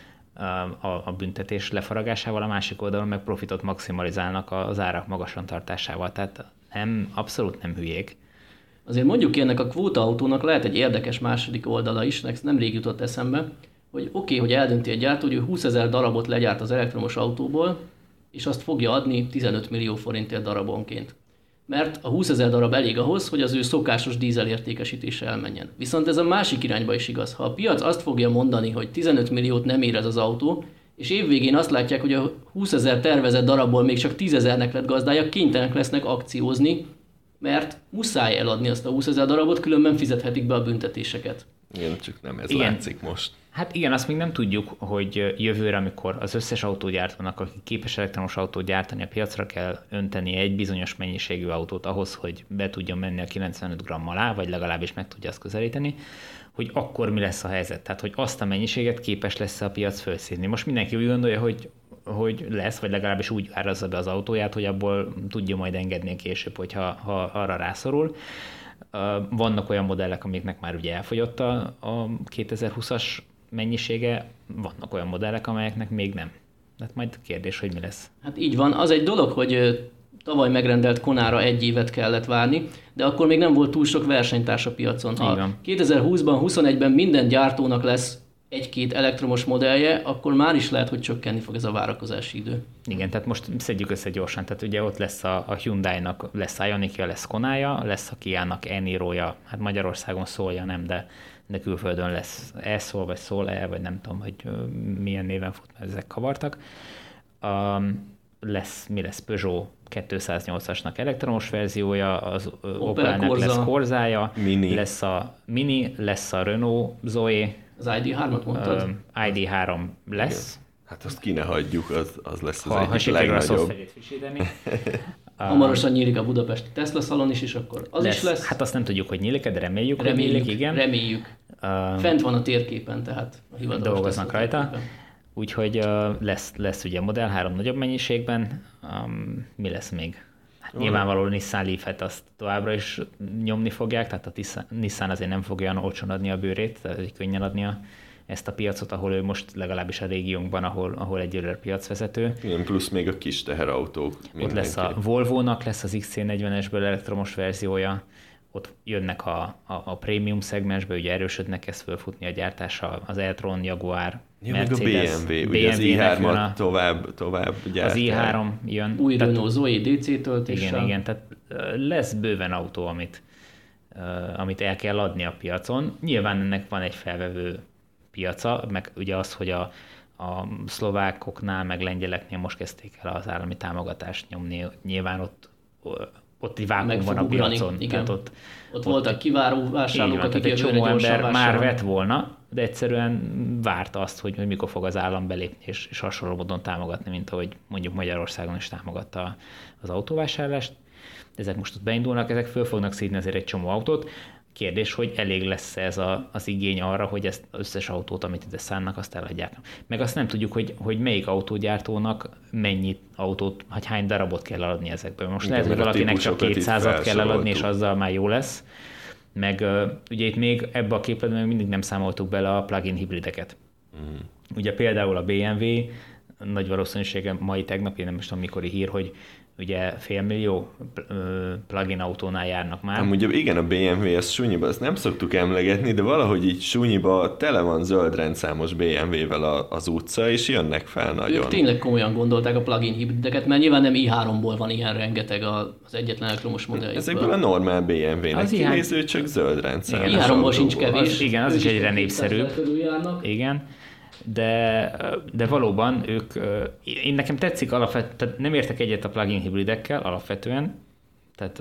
a büntetés lefaragásával, a másik oldalon meg profitot maximalizálnak az árak magasan tartásával. Tehát abszolút nem hülyék. Azért mondjuk ki, ennek a kvótaautónak lehet egy érdekes második oldala is, nemrég jutott eszembe, hogy oké, hogy eldönti egy gyártó, hogy ő 20 000 darabot legyárt az elektromos autóból, és azt fogja adni 15 millió forintért darabonként. Mert a 20 000 darab elég ahhoz, hogy az ő szokásos dízelértékesítése elmenjen. Viszont ez a másik irányba is igaz. Ha a piac azt fogja mondani, hogy 15 milliót nem ér ez az autó, és évvégén azt látják, hogy a 20 000 tervezett darabból még csak 10 000-nek lett gazdája, kénytelenek lesznek akciózni, mert muszáj eladni azt a 20 000 darabot, különben fizethetik be a büntetéseket. Igen, csak nem ez látszik most. Hát igen, azt még nem tudjuk, hogy jövőre, amikor az összes autógyártónak, aki képes elektromos autót gyártani, a piacra kell önteni egy bizonyos mennyiségű autót ahhoz, hogy be tudjon menni a 95 g alá, vagy legalábbis meg tudja azt közelíteni, hogy akkor mi lesz a helyzet. Tehát, hogy azt a mennyiséget képes lesz a piac felszívni. Most mindenki úgy gondolja, hogy lesz, vagy legalábbis úgy árazza be az autóját, hogy abból tudja majd engedni később, hogyha arra rászorul. Vannak olyan modellek, amiknek már ugye elfogyott a 2020-as mennyisége, vannak olyan modellek, amelyeknek még nem. Tehát majd kérdés, hogy mi lesz. Hát így van. Az egy dolog, hogy tavaly megrendelt Konára 1 évet kellett várni, de akkor még nem volt túl sok versenytárs a piacon. Ha 2020-ban, 21-ben minden gyártónak lesz 1-2 elektromos modellje, akkor már is lehet, hogy csökkenni fog ez a várakozási idő. Igen, tehát most szedjük össze gyorsan. Tehát ugye ott lesz a Hyundai-nak lesz Ioniq-ja, lesz Konája, lesz a Kia-nak e-Niro-ja, hát Magyarországon Soul-ja nem, de külföldön lesz e-Soul, vagy Soul-e, vagy nem tudom, hogy milyen néven fut, mert ezek kavartak. Mi lesz Peugeot 208-asnak elektromos verziója, az Opelnek lesz Corsa-ja, lesz a Mini, lesz a Renault Zoe, az ID3-at mondtad? ID3 lesz. Igen. Hát azt ki ne hagyjuk, az lesz az egyik legnagyobb. A szoftverét frissíteni. Hamarosan nyílik a budapesti Tesla szalon is, és akkor az is lesz. Hát azt nem tudjuk, hogy nyílik, de reméljük, hogy nyílik, igen. Reméljük. Fent van a térképen, tehát a hivatalos dolgoznak rajta. Úgyhogy lesz ugye Model 3 nagyobb mennyiségben. Mi lesz még? Hát nyilvánvalóan Nissan Leaf-et azt továbbra is nyomni fogják, tehát a Nissan azért nem fogja olyan olcsón adni a bőrét, tehát könnyen adni ezt a piacot, ahol ő most legalábbis a régiónkban, ahol egyelőre piacvezető. Igen, plusz még a kis teherautók. Ott lesz a Volvo-nak, lesz az XC40-esből elektromos verziója, ott jönnek a prémium szegmensbe, ugye erősödnek, ezt fölfutni a gyártása, az e-tron, Jaguar, Mercedes, a BMW, ugye az i3-at tovább gyártják. Az i3 jön. Új Renault Zoe DC töltéssel. Igen, tehát lesz bőven autó, amit el kell adni a piacon. Nyilván ennek van egy felvevő piaca, meg ugye az, hogy a szlovákoknál, meg lengyeleknél most kezdték el az állami támogatást nyomni. Nyilván ott egy vákum van a piacon. Igen. Tehát ott voltak kiváró vásárlók, akik egy csomó ember már vett volna, de egyszerűen várta azt, hogy mikor fog az állam belépni, és hasonló módon támogatni, mint ahogy mondjuk Magyarországon is támogatta az autóvásárlást. Ezek most ott beindulnak, ezek föl fognak szídni azért egy csomó autót. Kérdés, hogy elég lesz ez az igény arra, hogy ezt az összes autót, amit ide szánnak, azt eladják. Meg azt nem tudjuk, hogy melyik autógyártónak mennyi autót, vagy hány darabot kell eladni ezekből. Most lehet, hogy valakinek csak 200-at kell eladni, és azzal már jó lesz. Meg ugye itt még ebbe a képletben mindig nem számoltuk bele a plug-in hibrideket. Ugye például a BMW, nagy valószínűsége tegnap, én nem tudom mikori hír, hogy ugye 500 000 plug-in autónál járnak már. Ugye igen, a BMW, ezt súnyiba, ezt nem szoktuk emlegetni, de valahogy így súnyiba tele van zöld rendszámos BMW-vel az utca, és jönnek fel nagyon. Ők tényleg komolyan gondolták a plug-in hibrideket, mert nyilván nem i3-ból van ilyen rengeteg az egyetlen elektromos modelljükből. Ezekből a normál BMW-nek kinéző, csak zöld rendszámos. i3-ból sincs kevés. Igen, az is egyre népszerűbb. Igen. De valóban én nekem tetszik alapvetően, tehát nem értek egyet a plug-in hibridekkel alapvetően, Tehát,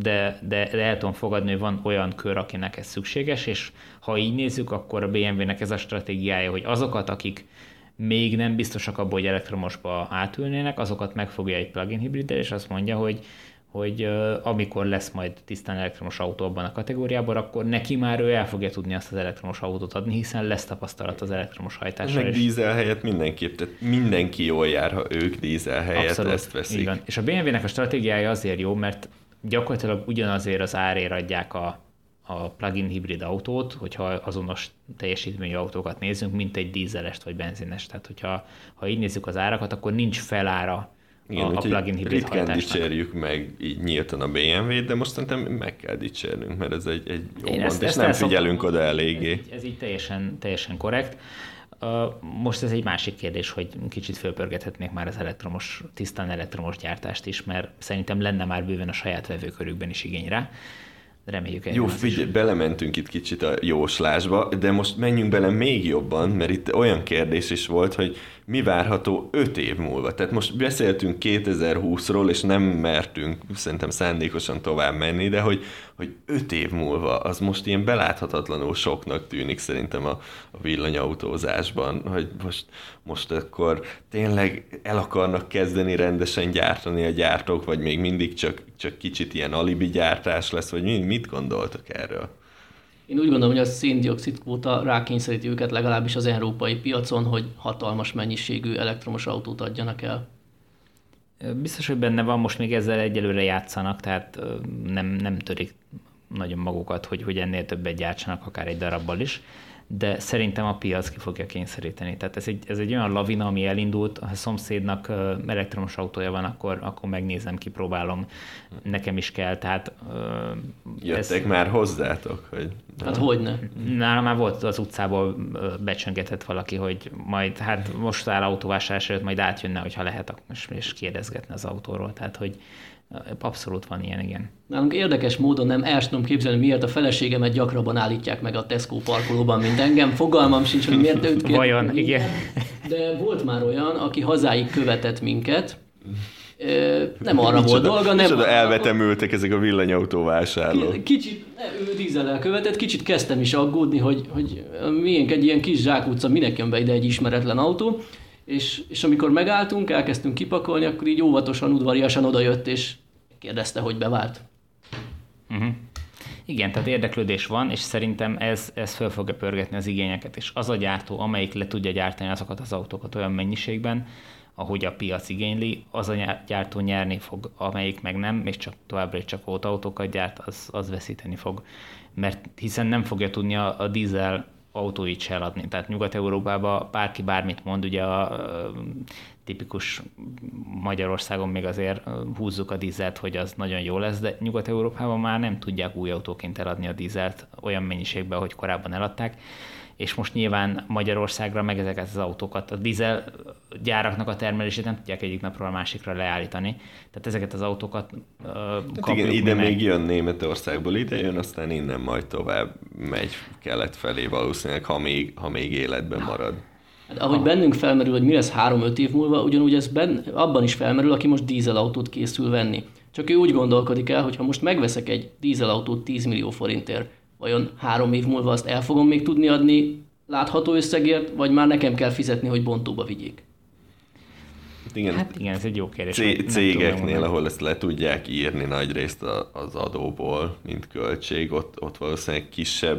de el tudom fogadni, hogy van olyan kör, akinek ez szükséges, és ha így nézzük, akkor a BMW-nek ez a stratégiája, hogy azokat, akik még nem biztosak abban, hogy elektromosba átülnének, azokat megfogja egy plug-in hibriddel, és azt mondja, hogy amikor lesz majd tisztán elektromos autó abban a kategóriában, akkor neki már ő el fogja tudni azt az elektromos autót adni, hiszen lesz tapasztalat az elektromos hajtásra. Meg dízel helyett mindenképp, tehát mindenki jól jár, ha ők dízel helyett abszolút, ezt veszik. Igen. És a BMW-nek a stratégiája azért jó, mert gyakorlatilag ugyanazért az árért adják a plug-in hibrid autót, hogyha azonos teljesítményű autókat nézzünk, mint egy dízelest vagy benzinest. Tehát, ha így nézzük az árakat, akkor nincs felára a plug-in hibrid ritkán hajtásnak. dicsérjük meg így nyíltan a BMW-t, de most szerintem meg kell dicsérnünk, mert ez egy jó mond, és ezt nem figyelünk oda eléggé. Ez így teljesen korrekt. Most ez egy másik kérdés, hogy kicsit fölpörgethetnék már az tisztán elektromos gyártást is, mert szerintem lenne már bőven a saját vevőkörükben is igény rá. Reméljük Jó, figyelj, belementünk itt kicsit a jóslásba, de most menjünk bele még jobban, mert itt olyan kérdés is volt, hogy mi várható 5 év múlva. Tehát most beszéltünk 2020-ról, és nem mertünk szerintem szándékosan tovább menni, de hogy 5 év múlva, az most ilyen beláthatatlanul soknak tűnik szerintem a villanyautózásban, hogy most akkor tényleg el akarnak kezdeni rendesen gyártani a gyártók, vagy még mindig csak kicsit ilyen alibi gyártás lesz, vagy mit gondoltak erről? Én úgy gondolom, hogy a szén-dioxid kvóta rákényszeríti őket legalábbis az európai piacon, hogy hatalmas mennyiségű elektromos autót adjanak el. Biztos, hogy benne van, most még ezzel egyelőre játszanak, tehát nem törik nagyon magukat, hogy ennél többet gyártsanak, akár egy darabbal is, de szerintem a piac ki fogja kényszeríteni. Tehát ez egy olyan lavina, ami elindult, ha a szomszédnak elektromos autója van, akkor megnézem, kipróbálom, nekem is kell, tehát... Jöttek már hozzátok? Hogy... Hát hogyne? Nálam már volt az utcából becsöngetett valaki, hogy majd, hát most áll autóvásárlás előtt, majd átjönne, hogyha lehet, és kérdezgetne az autóról, tehát hogy abszolút van ilyen, igen. Nálunk érdekes módon nem el tudom képzelni, miért a feleségemet gyakrabban állítják meg a Tesco parkolóban, mint engem. Fogalmam sincs, hogy miért őt kérdezik. Vajon, igen. De volt már olyan, aki hazáig követett minket. Nem arra volt dolga, nem... Micsoda elvetemültek ezek a villanyautóvásárlók. Kicsit, ő dízellel követett, kicsit kezdtem is aggódni, hogy miénk egy ilyen kis zsákutca, minek jön be ide egy ismeretlen autó. És amikor megálltunk, elkezdtünk kipakolni, akkor így óvatosan, udvariasan odajött, és kérdezte, hogy bevált. Uh-huh. Igen, tehát érdeklődés van, és szerintem ez föl fogja pörgetni az igényeket, és az a gyártó, amelyik le tudja gyártani azokat az autókat olyan mennyiségben, ahogy a piac igényli, az a gyártó nyerni fog, amelyik meg nem, és csak továbbra is csak autókat gyárt, az veszíteni fog. Mert hiszen nem fogja tudni a dízel autóit se eladni. Tehát Nyugat-Európában bárki bármit mond, ugye a tipikus Magyarországon még azért húzzuk a dízelt, hogy az nagyon jó lesz, de Nyugat-Európában már nem tudják új autóként eladni a dízelt olyan mennyiségben, hogy korábban eladták, és most nyilván Magyarországra meg ezeket az autókat, a dízel gyáraknak a termelését nem tudják egyik napról a másikra leállítani. Tehát ezeket az autókat kapjuk. Igen, ide még jön Németországból, ide jön, aztán innen majd tovább megy kelet felé valószínűleg, ha még életben marad. Hát, ahogy bennünk felmerül, hogy mi lesz 3-5 év múlva, ugyanúgy ez abban is felmerül, aki most dízelautót készül venni. Csak ő úgy gondolkodik el, hogy ha most megveszek egy dízelautót 10 millió forintért, vajon 3 év múlva azt el fogom még tudni adni látható összegért, vagy már nekem kell fizetni, hogy bontóba vigyék? Hát igen, ez egy jó kérdés. Cégeknél, ahol ezt le tudják írni nagyrészt az adóból, mint költség, ott valószínűleg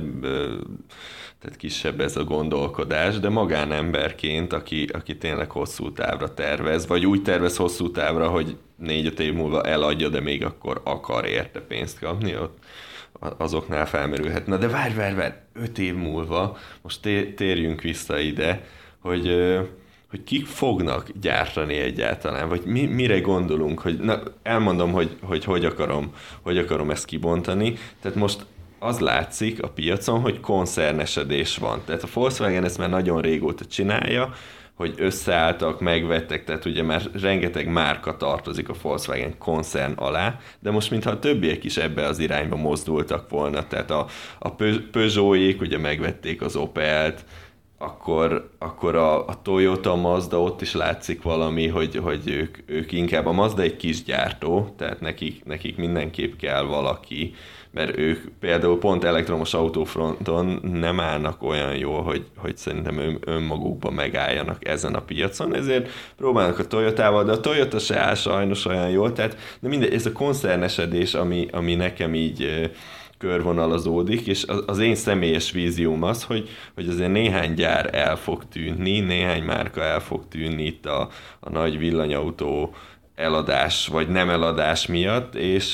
kisebb ez a gondolkodás, de magánemberként, aki tényleg hosszú távra tervez, vagy úgy tervez hosszú távra, hogy 4-5 év múlva eladja, de még akkor akar érte pénzt kapni, ott azoknál felmerülhet. Na de várj, 5 év múlva, most térjünk vissza ide, hogy kik fognak gyártani egyáltalán, vagy mire gondolunk, hogy elmondom, hogy akarom ezt kibontani. Tehát most az látszik a piacon, hogy koncernesedés van. Tehát a Volkswagen ezt már nagyon régóta csinálja, hogy összeálltak, megvettek, tehát ugye már rengeteg márka tartozik a Volkswagen koncern alá, de most mintha a többiek is ebbe az irányba mozdultak volna, tehát a Peugeot-ék ugye megvették az Opelt, akkor a Toyota, Mazda, ott is látszik valami, hogy ők inkább, a Mazda egy kis gyártó, tehát nekik mindenképp kell valaki, mert ők például pont elektromos autófronton nem állnak olyan jól, hogy szerintem önmagukban megálljanak ezen a piacon, ezért próbálnak a Toyotával, de a Toyota se áll sajnos olyan jól, tehát de mindegy, ez a koncernesedés, ami nekem így körvonalazódik, és az én személyes vízióm az, hogy azért néhány gyár el fog tűnni, néhány márka el fog tűnni itt a nagy villanyautó eladás vagy nem eladás miatt,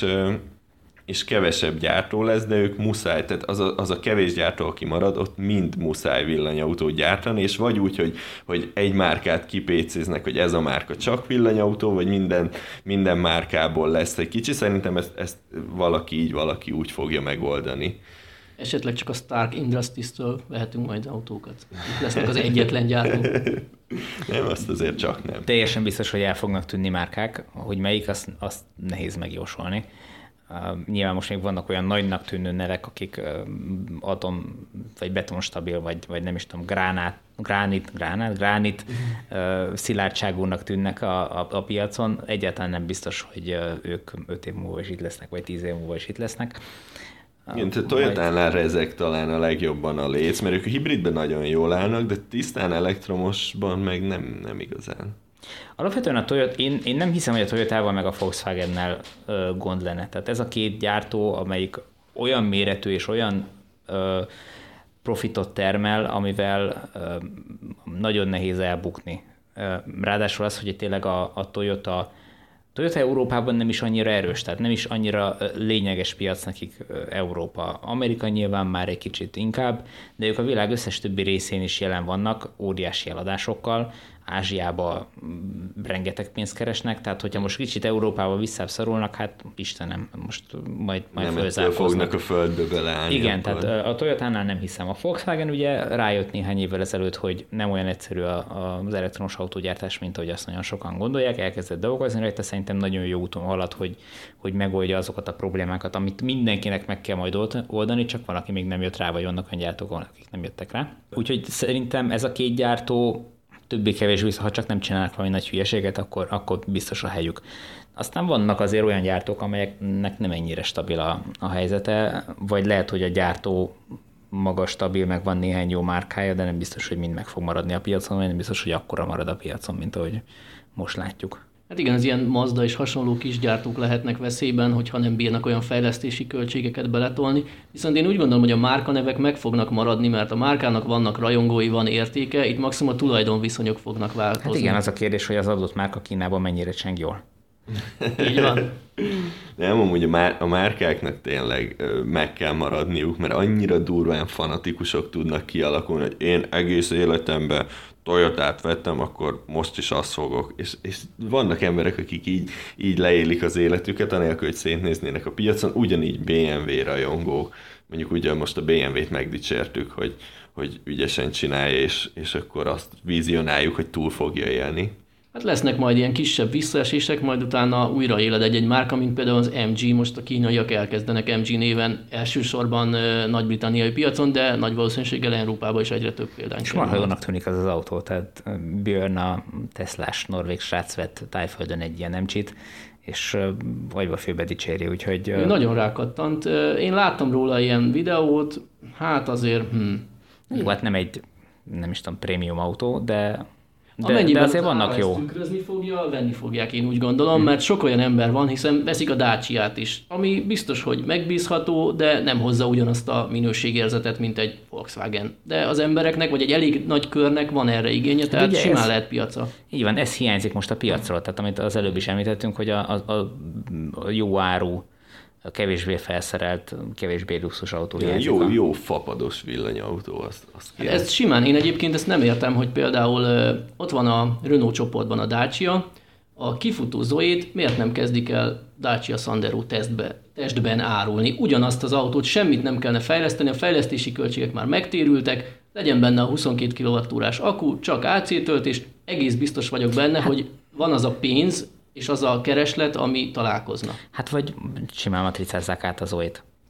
és kevesebb gyártó lesz, de ők muszáj, tehát az a kevés gyártó, aki marad, ott mind muszáj villanyautót gyártani, és vagy úgy, hogy egy márkát kipécéznek, hogy ez a márka csak villanyautó, vagy minden márkából lesz egy kicsi. Szerintem ezt valaki úgy fogja megoldani. Esetleg csak a Stark Industries-től vehetünk majd autókat. Itt lesznek az egyetlen gyártók. Nem, azt azért csak nem. Teljesen biztos, hogy el fognak tűnni márkák, hogy melyik, azt nehéz megjósolni. Nyilván most még vannak olyan nagynak tűnő nevek, akik atom vagy betonstabil, vagy nem is tudom, gránit szilárdságúnak tűnnek a piacon. Egyáltalán nem biztos, hogy ők 5 év múlva is itt lesznek, vagy 10 év múlva is itt lesznek. Igen, tehát Toyotánál ezek talán a legjobban a léc, mert ők hibridben nagyon jól állnak, de tisztán elektromosban meg nem igazán. Alapvetően a Toyota, én nem hiszem, hogy a Toyotával meg a Volkswagennel gond lenne. Tehát ez a két gyártó, amelyik olyan méretű és olyan profitot termel, amivel nagyon nehéz elbukni. Ráadásul az, hogy tényleg a Toyota Európában nem is annyira erős, tehát nem is annyira lényeges piac nekik Európa. Amerika nyilván már egy kicsit inkább, de ők a világ összes többi részén is jelen vannak, óriási eladásokkal, Ázsiába rengeteg pénzt keresnek, tehát hogyha most kicsit Európába visszább szorulnak, hát Istenem, most majd fölzárkóznak. Fognak a földbe beleállni. Igen, akkor. Tehát a Toyotánál nem hiszem. A Volkswagen ugye rájött néhány évvel ezelőtt, hogy nem olyan egyszerű az elektromos autógyártás, mint ahogy azt nagyon sokan gondolják, elkezdett dolgozni rajta, szerintem nagyon jó úton halad, hogy megoldja azokat a problémákat, amit mindenkinek meg kell majd oldani, csak valaki még nem jött rá, vagy vannak olyan gyártók, akik nem jöttek rá. Úgyhogy szerintem ez a két gyártó többé-kevésbé, ha csak nem csinálnak valami nagy hülyeséget, akkor biztos a helyük. Aztán vannak azért olyan gyártók, amelyeknek nem ennyire stabil a helyzete, vagy lehet, hogy a gyártó maga stabil, meg van néhány jó márkája, de nem biztos, hogy mind meg fog maradni a piacon, vagy nem biztos, hogy akkora marad a piacon, mint ahogy most látjuk. Hát igen, az ilyen Mazda és hasonló kisgyártók lehetnek veszélyben, hogyha nem bírnak olyan fejlesztési költségeket beletolni. Viszont én úgy gondolom, hogy a márkanevek meg fognak maradni, mert a márkának vannak rajongói, van értéke, itt maximum a tulajdonviszonyok fognak változni. Hát igen, az a kérdés, hogy az adott márka Kínában mennyire cseng jól. Így van. Nem, amúgy a márkáknak tényleg meg kell maradniuk, mert annyira durván fanatikusok tudnak kialakulni, hogy én egész életemben Toyotát vettem, akkor most is azt fogok. És vannak emberek, akik így leélik az életüket, anélkül, hogy szétnéznének a piacon, ugyanígy BMW rajongók. Mondjuk ugye most a BMW-t megdicsértük, hogy ügyesen csinálja, és akkor azt vizionáljuk, hogy túl fogja élni. Hát lesznek majd ilyen kisebb visszaesések, majd utána újra éled egy márka, mint például az MG, most a kínaiak elkezdenek MG néven elsősorban nagy-britanniai piacon, de nagy valószínűséggel Európában is egyre több példány. És marha jónak tűnik az autó, tehát Björn, a Teslás norvég srác vett Tájföldön egy ilyen MG-t, és agyba főbe dicséri, úgyhogy... Ő nagyon rákattant. Én láttam róla ilyen videót, hát azért... Jó, hát nem is tudom, prémium autó, de azért vannak jó. Tükrözni fogja, venni fogják, én úgy gondolom, mert sok olyan ember van, hiszen veszik a Dacia-t is, ami biztos, hogy megbízható, de nem hozza ugyanazt a minőségérzetet, mint egy Volkswagen. De az embereknek, vagy egy elég nagy körnek van erre igénye, tehát ugye simán lehet piaca. Így van, ez hiányzik most a piacról, tehát amit az előbb is említettünk, hogy a jó áru, a kevésbé felszerelt, kevésbé luxus autó. Jó fapados villanyautó, azt hát ez simán, én egyébként ezt nem értem, hogy például ott van a Renault csoportban a Dacia, a kifutó Zoe-t miért nem kezdik el Dacia Sandero testben árulni? Ugyanazt az autót semmit nem kellene fejleszteni, a fejlesztési költségek már megtérültek, legyen benne a 22 kWh-s akku, csak AC töltés, egész biztos vagyok benne, hogy van az a pénz, és az a kereslet, ami találkozna. Hát vagy simán matricázzák át az Zoe-t.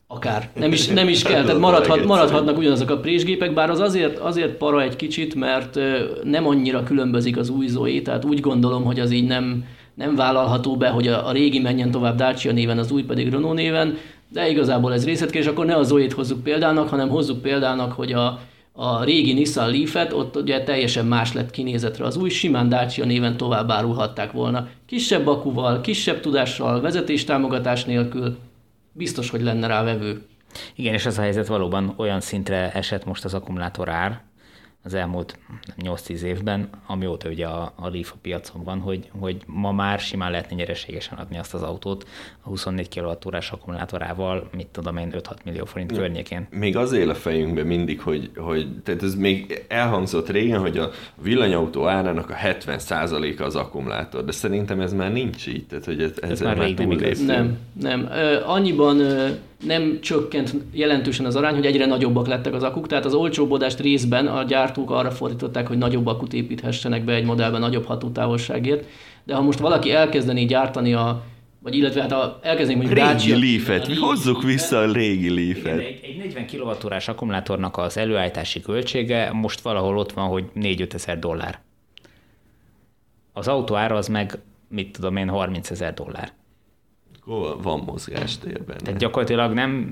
Akár. Nem is kell, tehát maradhatnak ugyanazok a présgépek, bár az azért para egy kicsit, mert nem annyira különbözik az új Zoe, tehát úgy gondolom, hogy az így nem vállalható be, hogy a régi menjen tovább Dacia néven, az új pedig Renault néven, de igazából ez részletkérdés, akkor ne a Zoe-t hozzuk példának, hanem hozzuk példának, hogy a régi Nissan Leaf-et, ott ugye teljesen más lett kinézetre. Az új simán Dacia néven tovább árulhatták volna. Kisebb akuval, kisebb tudással, vezetéstámogatás nélkül, biztos, hogy lenne rá vevő. Igen, és ez a helyzet valóban olyan szintre esett most az akkumulátor ár az elmúlt 8-10 évben, amióta ugye a Leaf a piacon van, hogy ma már simán lehetne nyereségesen adni azt az autót a 24 kWh-s akkumulátorával, mit tudom én, 5-6 millió forint környékén. Még az él a fejünkben mindig, hogy tehát ez még elhangzott régen, hogy a villanyautó árának a 70%-a az akkumulátor, de szerintem ez már nincs így, tehát hogy ez már rég nem igaz. Nem. Annyiban nem csökkent jelentősen az arány, hogy egyre nagyobbak lettek az akuk, tehát az olcsóbbodást részben a gyártók arra fordították, hogy nagyobb akut építhessenek be egy modellben nagyobb hatótávolságért, de ha most valaki elkezdené gyártani illetve elkezdené mondjuk Dacia... Régi Leaf-et, hozzuk vissza a régi Leaf-et. Egy 40 kWh-s akkumulátornak az előállítási költsége most valahol ott van, hogy $4-5 000. Az autó ára az meg, mit tudom én, $30,000. Van mozgástér benne. Tehát gyakorlatilag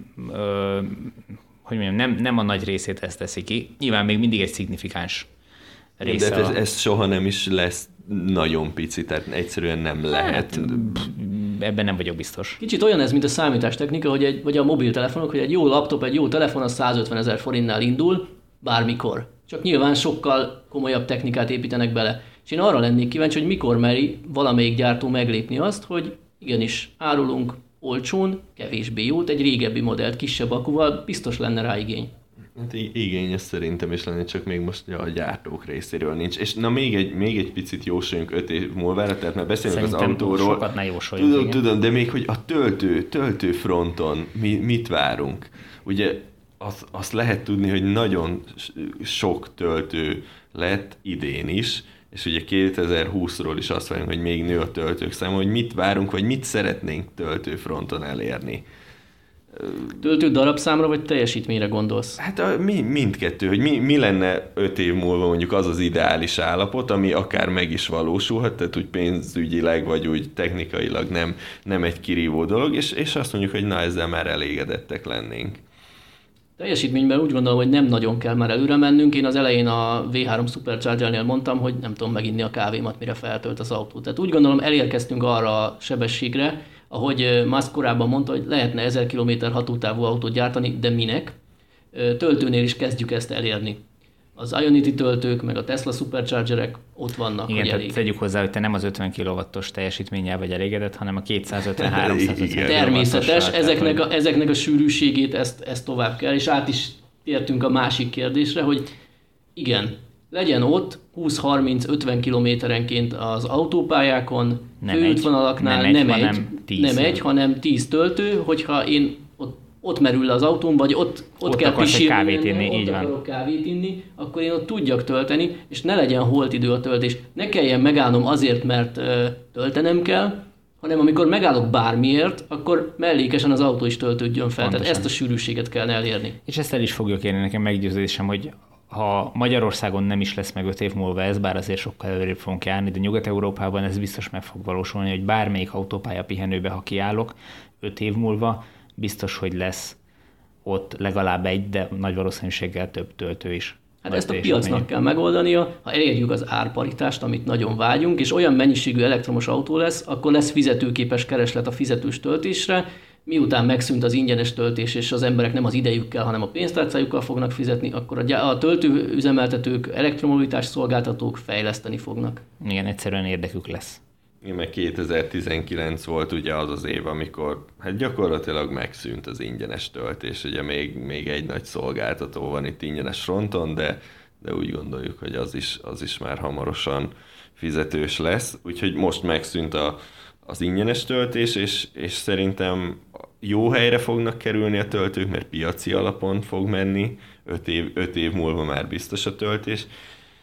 nem a nagy részét ezt teszi ki. Nyilván még mindig egy szignifikáns része. De ez soha nem is lesz nagyon pici, tehát egyszerűen nem lehet. Ebben nem vagyok biztos. Kicsit olyan ez, mint a számítástechnika, vagy a mobiltelefonok, hogy egy jó laptop, egy jó telefon az 150 000 forintnál indul, bármikor. Csak nyilván sokkal komolyabb technikát építenek bele. És én arra lennék kíváncsi, hogy mikor meri valamelyik gyártó meglépni azt, hogy igenis, árulunk olcsón, kevésbé jót, egy régebbi modellt, kisebb akuval, biztos lenne rá igény. Hát igény ez szerintem is lenne, csak még most a gyártók részéről nincs. És na még egy picit jósoljunk 5 év múlva, tehát már beszélünk szerintem az autóról. Sokat ne jósoljunk. Tudom, de még hogy a töltő fronton mit várunk. Ugye azt lehet tudni, hogy nagyon sok töltő lett idén is, és ugye 2020-ról is azt várjuk, hogy még nő a töltők száma, hogy mit várunk, vagy mit szeretnénk töltőfronton elérni. Töltő darabszámra, vagy teljesítményre gondolsz? Hát mindkettő, hogy mi lenne 5 év múlva mondjuk az ideális állapot, ami akár meg is valósulhat, tehát úgy pénzügyileg, vagy úgy technikailag nem egy kirívó dolog, és azt mondjuk, hogy na ezzel már elégedettek lennénk. Teljesítményben úgy gondolom, hogy nem nagyon kell már előre mennünk. Én az elején a V3 Supercharger-nél mondtam, hogy nem tudom meginni a kávémat, mire feltölt az autó. Tehát úgy gondolom elérkeztünk arra a sebességre, ahogy Musk korábban mondta, hogy lehetne 1000 km hatótávú autót gyártani, de minek? Töltőnél is kezdjük ezt elérni. Az Ionity töltők, meg a Tesla Superchargerek ott vannak. Igen, tehát tegyük hozzá, hogy te nem az 50 kW-os teljesítménnyel vagy elégedett, hanem a 250-350. Természetes, ezeknek a sűrűségét ezt tovább kell, és át is tértünk a másik kérdésre, hogy igen, legyen ott 20-30-50 kilométerenként az autópályákon, főútvonalaknál nem egy, hanem 10 töltő, hogyha én ott merül le az autóm, vagy ott kell pisírni, ott akarok kávét inni, akkor én ott tudjak tölteni, és ne legyen holt idő a töltés. Ne kelljen megállnom azért, mert töltenem kell, hanem amikor megállok bármiért, akkor mellékesen az autó is töltődjön fel. Pontosan. Tehát ezt a sűrűséget kell elérni. És ezt el is fogjuk érni, nekem meggyőződésem, hogy ha Magyarországon nem is lesz meg 5 év múlva ez, bár azért sokkal előrébb fogunk járni, de Nyugat-Európában ez biztos meg fog valósulni, hogy bármelyik autópálya pihenőbe, ha kiállok 5 év múlva, biztos, hogy lesz ott legalább egy, de nagy valószínűséggel több töltő is. Hát ezt a piacnak kell megoldania, ha elérjük az árparitást, amit nagyon vágyunk, és olyan mennyiségű elektromos autó lesz, akkor lesz fizetőképes kereslet a fizetős töltésre, miután megszűnt az ingyenes töltés, és az emberek nem az idejükkel, hanem a pénztárcájukkal fognak fizetni, akkor a töltőüzemeltetők, elektromobilitás szolgáltatók fejleszteni fognak. Igen, egyszerűen érdekük lesz. Igen, meg 2019 volt ugye az év, amikor hát gyakorlatilag megszűnt az ingyenes töltés. Ugye még egy nagy szolgáltató van itt ingyenes fronton, de úgy gondoljuk, hogy az is már hamarosan fizetős lesz. Úgyhogy most megszűnt az ingyenes töltés, és szerintem jó helyre fognak kerülni a töltők, mert piaci alapon fog menni. 5 év múlva már biztos a töltés.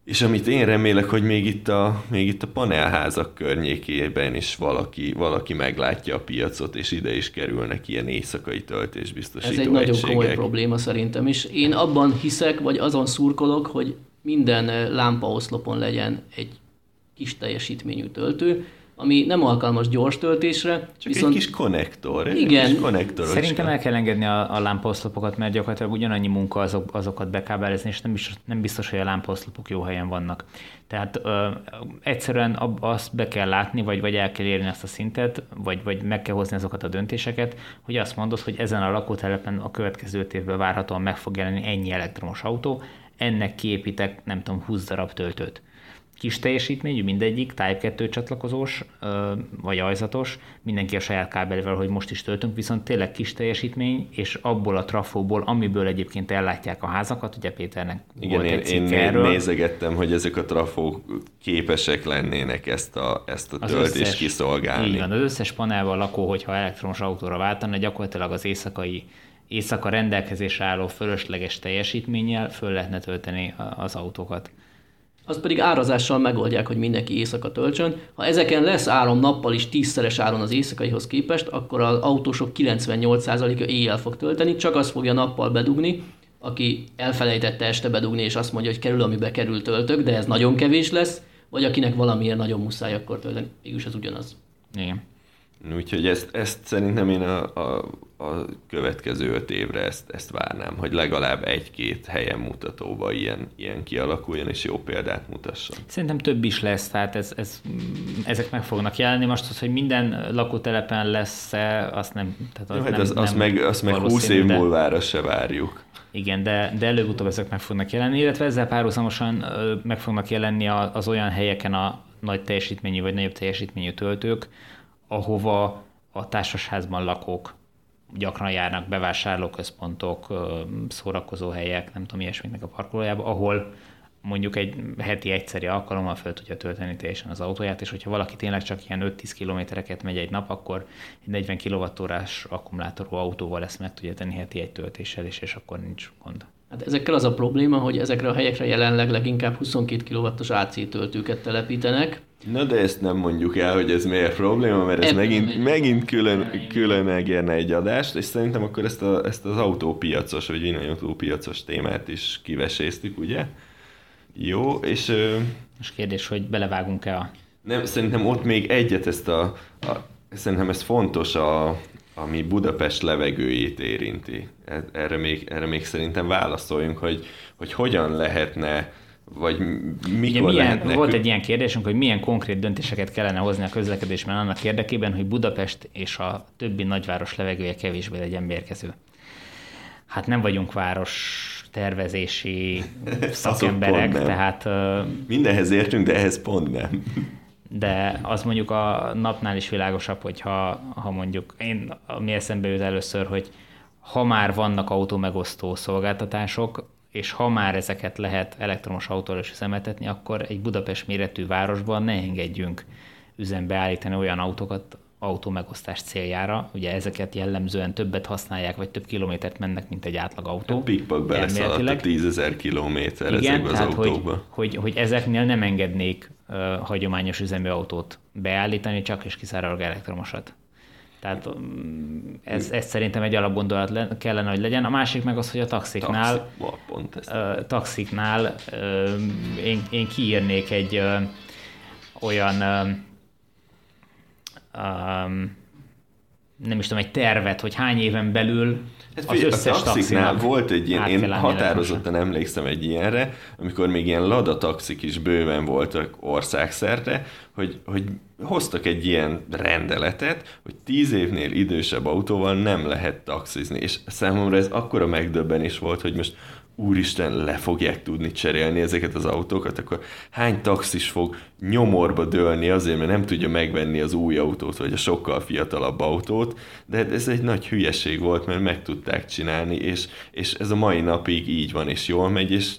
És amit én remélek, hogy még itt a panelházak környékében is valaki meglátja a piacot, és ide is kerülnek ilyen éjszakai töltésbiztosító egységek. Ez egy nagyon komoly egységek. probléma szerintem is. Én abban hiszek, vagy azon szurkolok, hogy minden lámpaoszlopon legyen egy kis teljesítményű töltő, ami nem alkalmas gyors töltésre. Csak viszont... egy kis konnektor. Igen. Egy kis konnektoros. Szerintem el kell engedni a lámpaoszlopokat, mert gyakorlatilag ugyanannyi munka azokat bekábelezni, és nem biztos, hogy a lámpaoszlopok jó helyen vannak. Tehát egyszerűen azt be kell látni, vagy el kell érni ezt a szintet, vagy meg kell hozni azokat a döntéseket, hogy azt mondod, hogy ezen a lakótelepen a következő 5 évben várhatóan meg fog jelenni ennyi elektromos autó, ennek kiépítek, nem tudom, 20 darab töltőt. Kis teljesítményű, mindegyik, Type 2 csatlakozós, vagy ajzatos, mindenki a saját kábelével, hogy most is töltünk, viszont tényleg kis teljesítmény, és abból a trafóból, amiből egyébként ellátják a házakat, ugye Péternek igen, volt egy cikk én erről. nézegettem, hogy ezek a trafók képesek lennének ezt a töltést kiszolgálni. Igen, az összes panelban lakó, hogyha elektromos autóra váltana, gyakorlatilag az éjszaka rendelkezésre álló fölösleges teljesítménnyel föl lehetne tölteni az autókat. Azt pedig árazással megoldják, hogy mindenki éjszaka töltsön. Ha ezeken lesz áram nappal is 10-szeres áron az éjszakaihoz képest, akkor az autósok 98%-a éjjel fog tölteni, csak azt fogja nappal bedugni, aki elfelejtette este bedugni, és azt mondja, hogy kerül, amibe kerül, töltök, de ez nagyon kevés lesz, vagy akinek valamiért nagyon muszáj akkor tölteni. Mégis az ugyanaz. Igen. Úgyhogy ezt szerintem én a következő 5 évre ezt várnám, hogy legalább 1-2 helyen mutatóban ilyen kialakuljon, és jó példát mutasson. Szerintem több is lesz, tehát ezek meg fognak jelenni. Most az, hogy minden lakótelepen lesz-e, azt nem... Tehát azt meg 20 év múlvára se várjuk. Igen, de előbb-utóbb ezek meg fognak jelenni, illetve ezzel párhuzamosan meg fognak jelenni az olyan helyeken a nagy teljesítményű vagy nagyobb teljesítményű töltők, ahova a társasházban lakók gyakran járnak, bevásárlóközpontok, szórakozóhelyek, nem tudom, ilyesmiknek a parkolójába, ahol mondjuk egy heti egyszeri alkalommal fel tudja tölteni teljesen az autóját, és hogyha valaki tényleg csak ilyen 5-10 kilométereket megy egy nap, akkor egy 40 kWh-órás akkumulátorú autóval ezt meg tudja tenni heti egy töltéssel is, és akkor nincs gond. Hát ezekkel az a probléma, hogy ezekre a helyekre jelenleg leginkább 22 kW-os AC töltőket telepítenek. Na de ezt nem mondjuk el, hogy ez miért probléma, mert ez megint külön megérne egy adást, és szerintem akkor ezt az autópiacos, vagy villanyautópiacos témát is kiveséztük, ugye? Jó, és... Most kérdés, hogy belevágunk-e a... Nem, szerintem ott még egyet szerintem ez fontos, ami Budapest levegőjét érinti. Erre még szerintem válaszoljunk, hogy hogyan lehetne, vagy mikor lehetne... Volt egy ilyen kérdésünk, hogy milyen konkrét döntéseket kellene hozni a közlekedésben annak érdekében, hogy Budapest és a többi nagyváros levegője kevésbé legyen mérgező. Hát nem vagyunk város tervezési szakemberek, tehát... Mindenhez értünk, de ehhez pont nem. De az mondjuk a napnál is világosabb, hogyha mondjuk mi eszembe jut először, hogy ha már vannak autómegosztó szolgáltatások, és ha már ezeket lehet elektromos autóval is üzemeltetni, akkor egy Budapest méretű városban ne engedjünk üzembe állítani olyan autókat autómegosztás céljára. Ugye ezeket jellemzően többet használják, vagy több kilométert mennek, mint egy átlag autó. A pikpak beleszaladt a 10 000 kilométer ezekbe az autókba. Hogy ezeknél nem engednék hagyományos üzemű autót beállítani, csak és kizárólag elektromosat. Tehát ez szerintem egy alapgondolat kellene, hogy legyen. A másik meg az, hogy a taxiknál én kiírnék egy olyan nem is tudom, egy tervet, hogy hány éven belül az összes taxinál volt egy ilyen, én határozottan emlékszem egy ilyenre, amikor még ilyen Lada taxik is bőven voltak országszerte, hogy hoztak egy ilyen rendeletet, hogy 10 évnél idősebb autóval nem lehet taxizni, és számomra ez akkora megdöbbenés volt, hogy most úristen, le fogják tudni cserélni ezeket az autókat, akkor hány taxis fog nyomorba dőlni azért, mert nem tudja megvenni az új autót, vagy a sokkal fiatalabb autót, de ez egy nagy hülyeség volt, mert meg tudták csinálni, és ez a mai napig így van, és jól megy, és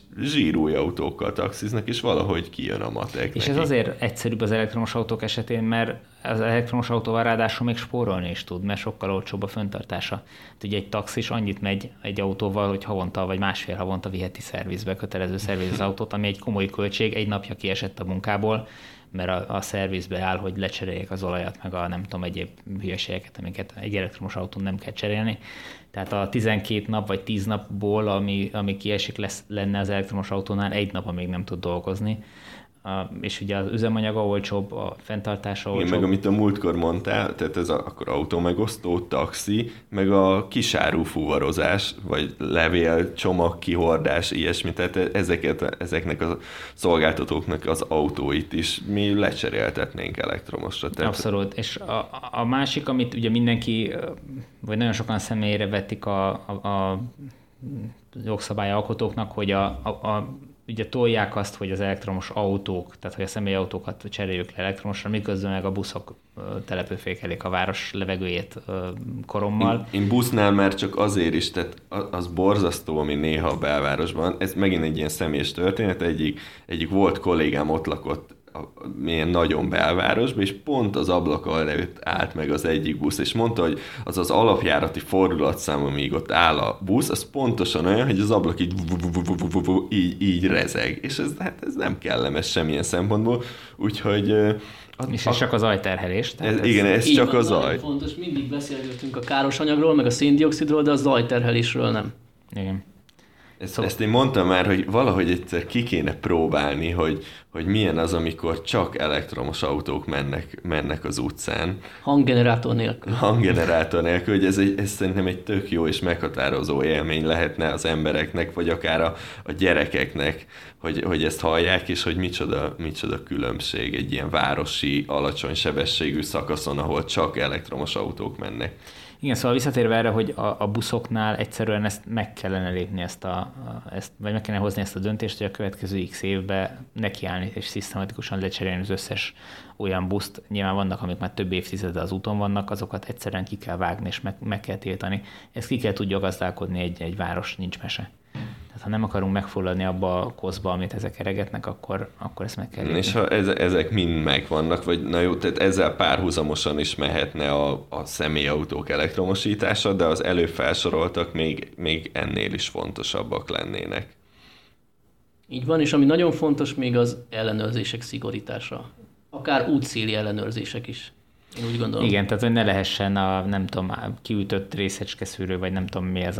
zsírúj autókkal taxiznak, és valahogy kijön a matek És neki. ez azért egyszerűbb az elektromos autók esetén, mert az elektromos autóval ráadásul még spórolni is tud, mert sokkal olcsóbb a fenntartása. Hát ugye egy taxis annyit megy egy autóval, hogy havonta vagy másfél havonta viheti szervizbe, kötelező szerviz az autót, ami egy komoly költség, egy napja kiesett a munkából, mert a szervizbe áll, hogy lecseréljék az olajat, meg a nem tudom, egyéb hülyeségeket, amiket egy elektromos autón nem kell cserélni. Tehát a 12 nap vagy 10 napból, ami kiesik lenne az elektromos autónál, egy nap, amíg nem tud dolgozni. És ugye az üzemanyaga olcsóbb, a fenntartása olcsóbb. Igen, meg amit a múltkor mondtál, tehát ez akkor autómegosztó, taxi, meg a kisáru fuvarozás, vagy levél, csomag, kihordás, ilyesmi, tehát ezeknek a szolgáltatóknak az autóit is mi lecseréltetnénk elektromosra. Tehát... Abszolút, és a másik, amit ugye mindenki, vagy nagyon sokan személyre vetik a jogszabályalkotóknak, hogy ugye tolják azt, hogy az elektromos autók, tehát hogy a személyautókat cseréljük le elektromosra, miközben meg a buszok telepőfékelik a város levegőjét korommal. Én busznál már csak azért is, tehát az borzasztó, ami néha a belvárosban, ez megint egy ilyen személyes történet, egyik volt kollégám ott lakott milyen nagyon belvárosban, és pont az ablak előtt állt meg az egyik busz, és mondta, hogy az az alapjárati fordulatszám, amíg ott áll a busz, az pontosan olyan, hogy az ablak így rezeg, és ez nem kellemes semmilyen szempontból, úgyhogy... És ez csak az zajterhelés. Igen, ez csak a zaj. Fontos, mindig beszélgetünk a káros anyagról, meg a széndioxidról, de a zajterhelésről nem. Igen. Ezt én mondtam már, hogy valahogy egyszer ki kéne próbálni, hogy milyen az, amikor csak elektromos autók mennek az utcán. Hanggenerátor nélkül. Hanggenerátor nélkül, hogy ez szerintem egy tök jó és meghatározó élmény lehetne az embereknek, vagy akár a gyerekeknek, hogy ezt hallják, és hogy micsoda különbség egy ilyen városi, alacsony sebességű szakaszon, ahol csak elektromos autók mennek. Igen, szóval visszatérve erre, hogy a buszoknál egyszerűen ezt meg kellene lépni, vagy meg kellene hozni ezt a döntést, hogy a következő x évben nekiállni és szisztematikusan lecserélni az összes olyan buszt. Nyilván vannak, amik már több évtizede az úton vannak, azokat egyszerűen ki kell vágni és meg kell tiltani. Ezt ki kell tudja gazdálkodni egy város, nincs mese. Tehát ha nem akarunk megfulladni abba a koszba, amit ezek eregetnek, akkor ezt meg kell lépni. És ha ezek mind megvannak, vagy na jó, tehát ezzel párhuzamosan is mehetne a személyautók elektromosítása, de az előbb felsoroltak még ennél is fontosabbak lennének. Így van, és ami nagyon fontos még az ellenőrzések szigorítása. Akár útszéli ellenőrzések is. Én úgy gondolom. Igen, tehát hogy ne lehessen nem tudom, kiütött részecskeszűrő, vagy nem tudom mi az,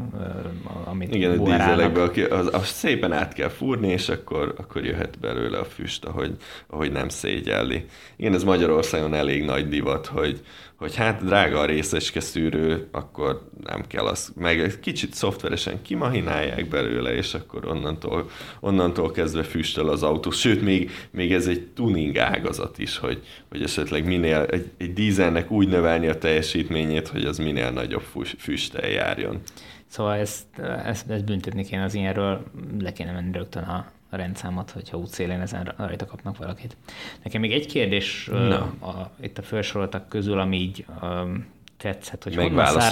amit igen, a buherálnak. dízelekbe, az szépen át kell fúrni, és akkor jöhet belőle a füst, ahogy nem szégyelli. Igen, ez Magyarországon elég nagy divat, hogy hát drága a részecskeszűrő, akkor nem kell azt, meg kicsit szoftveresen kimahinálják belőle, és akkor onnantól kezdve füstöl az autó. Sőt, még ez egy tuning ágazat is, hogy esetleg minél egy dízelnek úgy növelni a teljesítményét, hogy az minél nagyobb füsttel járjon. Szóval ezt büntetni kéne, az ilyenről le kéne menni rögtön a rendszámot, hogyha útszélén ezen rajta kapnak valakit. Nekem még egy kérdés itt a felsoroltak közül, ami így tetszett, hogy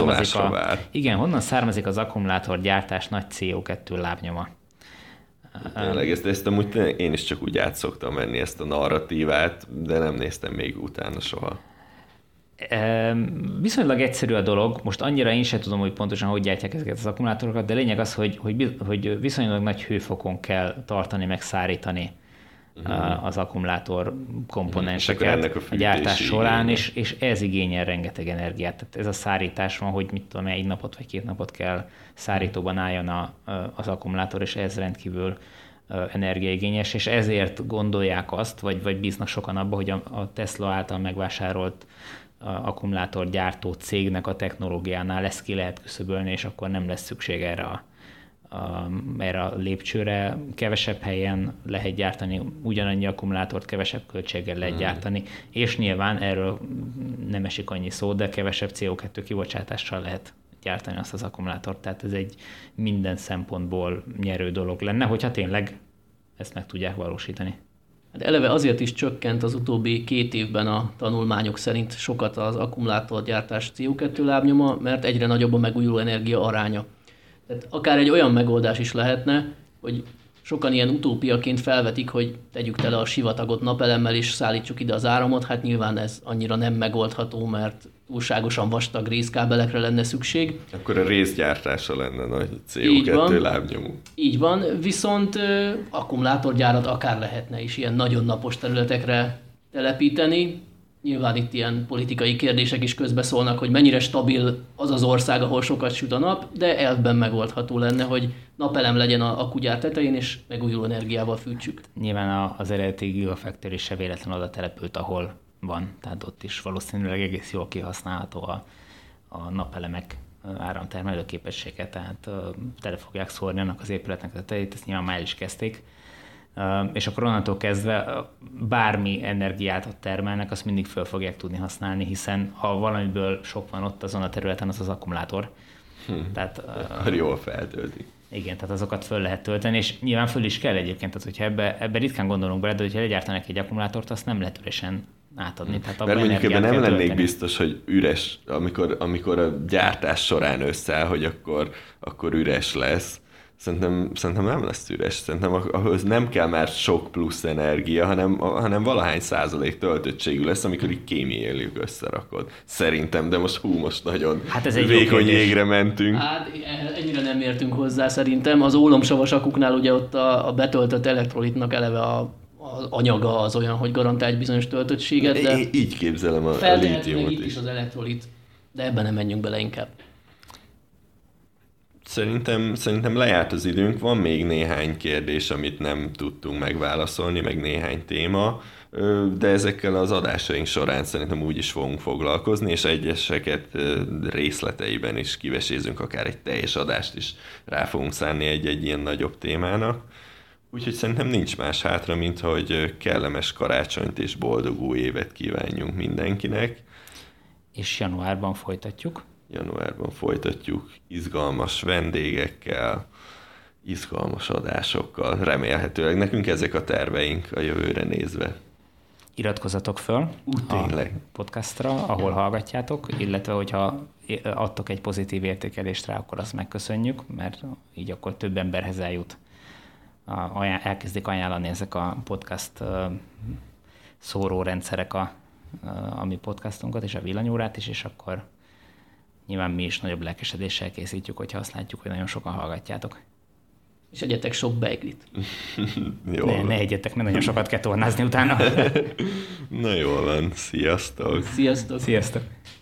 honnan származik az akkumulátorgyártás nagy CO2 lábnyoma. Tényleg, ezt amúgy én is csak úgy át szoktam venni ezt a narratívát, de nem néztem még utána soha. Viszonylag egyszerű a dolog, most annyira én sem tudom, hogy pontosan hogy gyártják ezeket az akkumulátorokat, de lényeg az, hogy viszonylag nagy hőfokon kell tartani, meg szárítani az akkumulátor komponenseket a gyártás során, és ez igényel rengeteg energiát. Tehát ez a szárítás van, hogy mit tudom, egy napot vagy 2 napot kell szárítóban álljon az akkumulátor, és ez rendkívül energiaigényes, és ezért gondolják azt, vagy bíznak sokan abba, hogy a Tesla által megvásárolt akkumulátorgyártó cégnek a technológiánál ezt ki lehet küszöbölni, és akkor nem lesz szükség erre a lépcsőre. Kevesebb helyen lehet gyártani ugyanannyi akkumulátort, kevesebb költséggel lehet gyártani, és nyilván erről nem esik annyi szó, de kevesebb CO2 kibocsátással lehet gyártani azt az akkumulátort. Tehát ez egy minden szempontból nyerő dolog lenne, hogyha tényleg ezt meg tudják valósítani. De eleve azért is csökkent az utóbbi 2 évben a tanulmányok szerint sokat az akkumulátorgyártás CO2 lábnyoma, mert egyre nagyobb a megújuló energia aránya. Tehát akár egy olyan megoldás is lehetne, hogy sokan ilyen utópiaként felvetik, hogy tegyük tele a sivatagot napelemmel és szállítsuk ide az áramot, hát nyilván ez annyira nem megoldható, mert túlságosan vastag részkábelekre lenne szükség. Akkor a részgyártása lenne nagy CO2 lábnyomú. Így van, viszont akkumulátorgyárat akár lehetne is ilyen nagyon napos területekre telepíteni. Nyilván itt ilyen politikai kérdések is közbeszólnak, hogy mennyire stabil az az ország, ahol sokat süt a nap, de elvben megoldható lenne, hogy napelem legyen a kutyár tetején, és megújuló energiával fűtsük. Nyilván az eredeti Gigafactory se véletlen oda települt, ahol van, tehát ott is valószínűleg egész jól kihasználható a napelemek áramtermelő képessége, tehát tele fogják szórni annak az épületnek a tetejét, ezt nyilván már is kezdték. És akkor onnantól kezdve bármi energiát ott termelnek, azt mindig föl fogják tudni használni, hiszen ha valamiből sok van ott azon a területen, az az akkumulátor. Tehát, akkor jól feltölti. Igen, tehát azokat föl lehet tölteni, és nyilván föl is kell egyébként, tehát hogyha ebbe ritkán gondolunk bele, de hogyha legyártanak egy akkumulátort, azt nem lehet üresen átadni. Tehát mert mondjuk ebben nem lennék biztos, hogy üres, amikor a gyártás során összeáll, hogy akkor üres lesz. Szerintem nem lesz üres. Szerintem ahhoz nem kell már sok plusz energia, hanem valahány százalék töltöttségű lesz, amikor így kémiailag összerakod. Szerintem, de most nagyon vékony jégre mentünk. Hát ennyire nem értünk hozzá szerintem. Az ólomsavas akuknál ugye ott a betöltött elektrolitnak eleve az anyaga az olyan, hogy garantál egy bizonyos töltöttséget, de én így képzelem a lítiumot itt is az elektrolit, de ebben nem menjünk bele inkább. Szerintem lejárt az időnk, van még néhány kérdés, amit nem tudtunk megválaszolni, meg néhány téma, de ezekkel az adásaink során szerintem úgy is fogunk foglalkozni, és egyeseket részleteiben is kivesézünk, akár egy teljes adást is rá fogunk szánni egy ilyen nagyobb témának. Úgyhogy szerintem nincs más hátra, mint hogy kellemes karácsonyt és boldog új évet kívánjunk mindenkinek. És januárban folytatjuk. Izgalmas vendégekkel, izgalmas adásokkal, remélhetőleg. Nekünk ezek a terveink a jövőre nézve. Iratkozzatok föl a podcastra, ahol hallgatjátok, illetve hogyha adtok egy pozitív értékelést rá, akkor azt megköszönjük, mert így akkor több emberhez eljut. Elkezdik ajánlani ezek a podcast szórórendszerek a mi podcastunkat és a villanyórát is, és akkor nyilván mi is nagyobb lelkesedéssel készítjük, hogyha azt látjuk, hogy nagyon sokan hallgatjátok. És egyetek sok beiglit. Ne egyetek, mert nagyon sokat kell tornázni utána. Na jól van, sziasztok! Sziasztok! Sziasztok!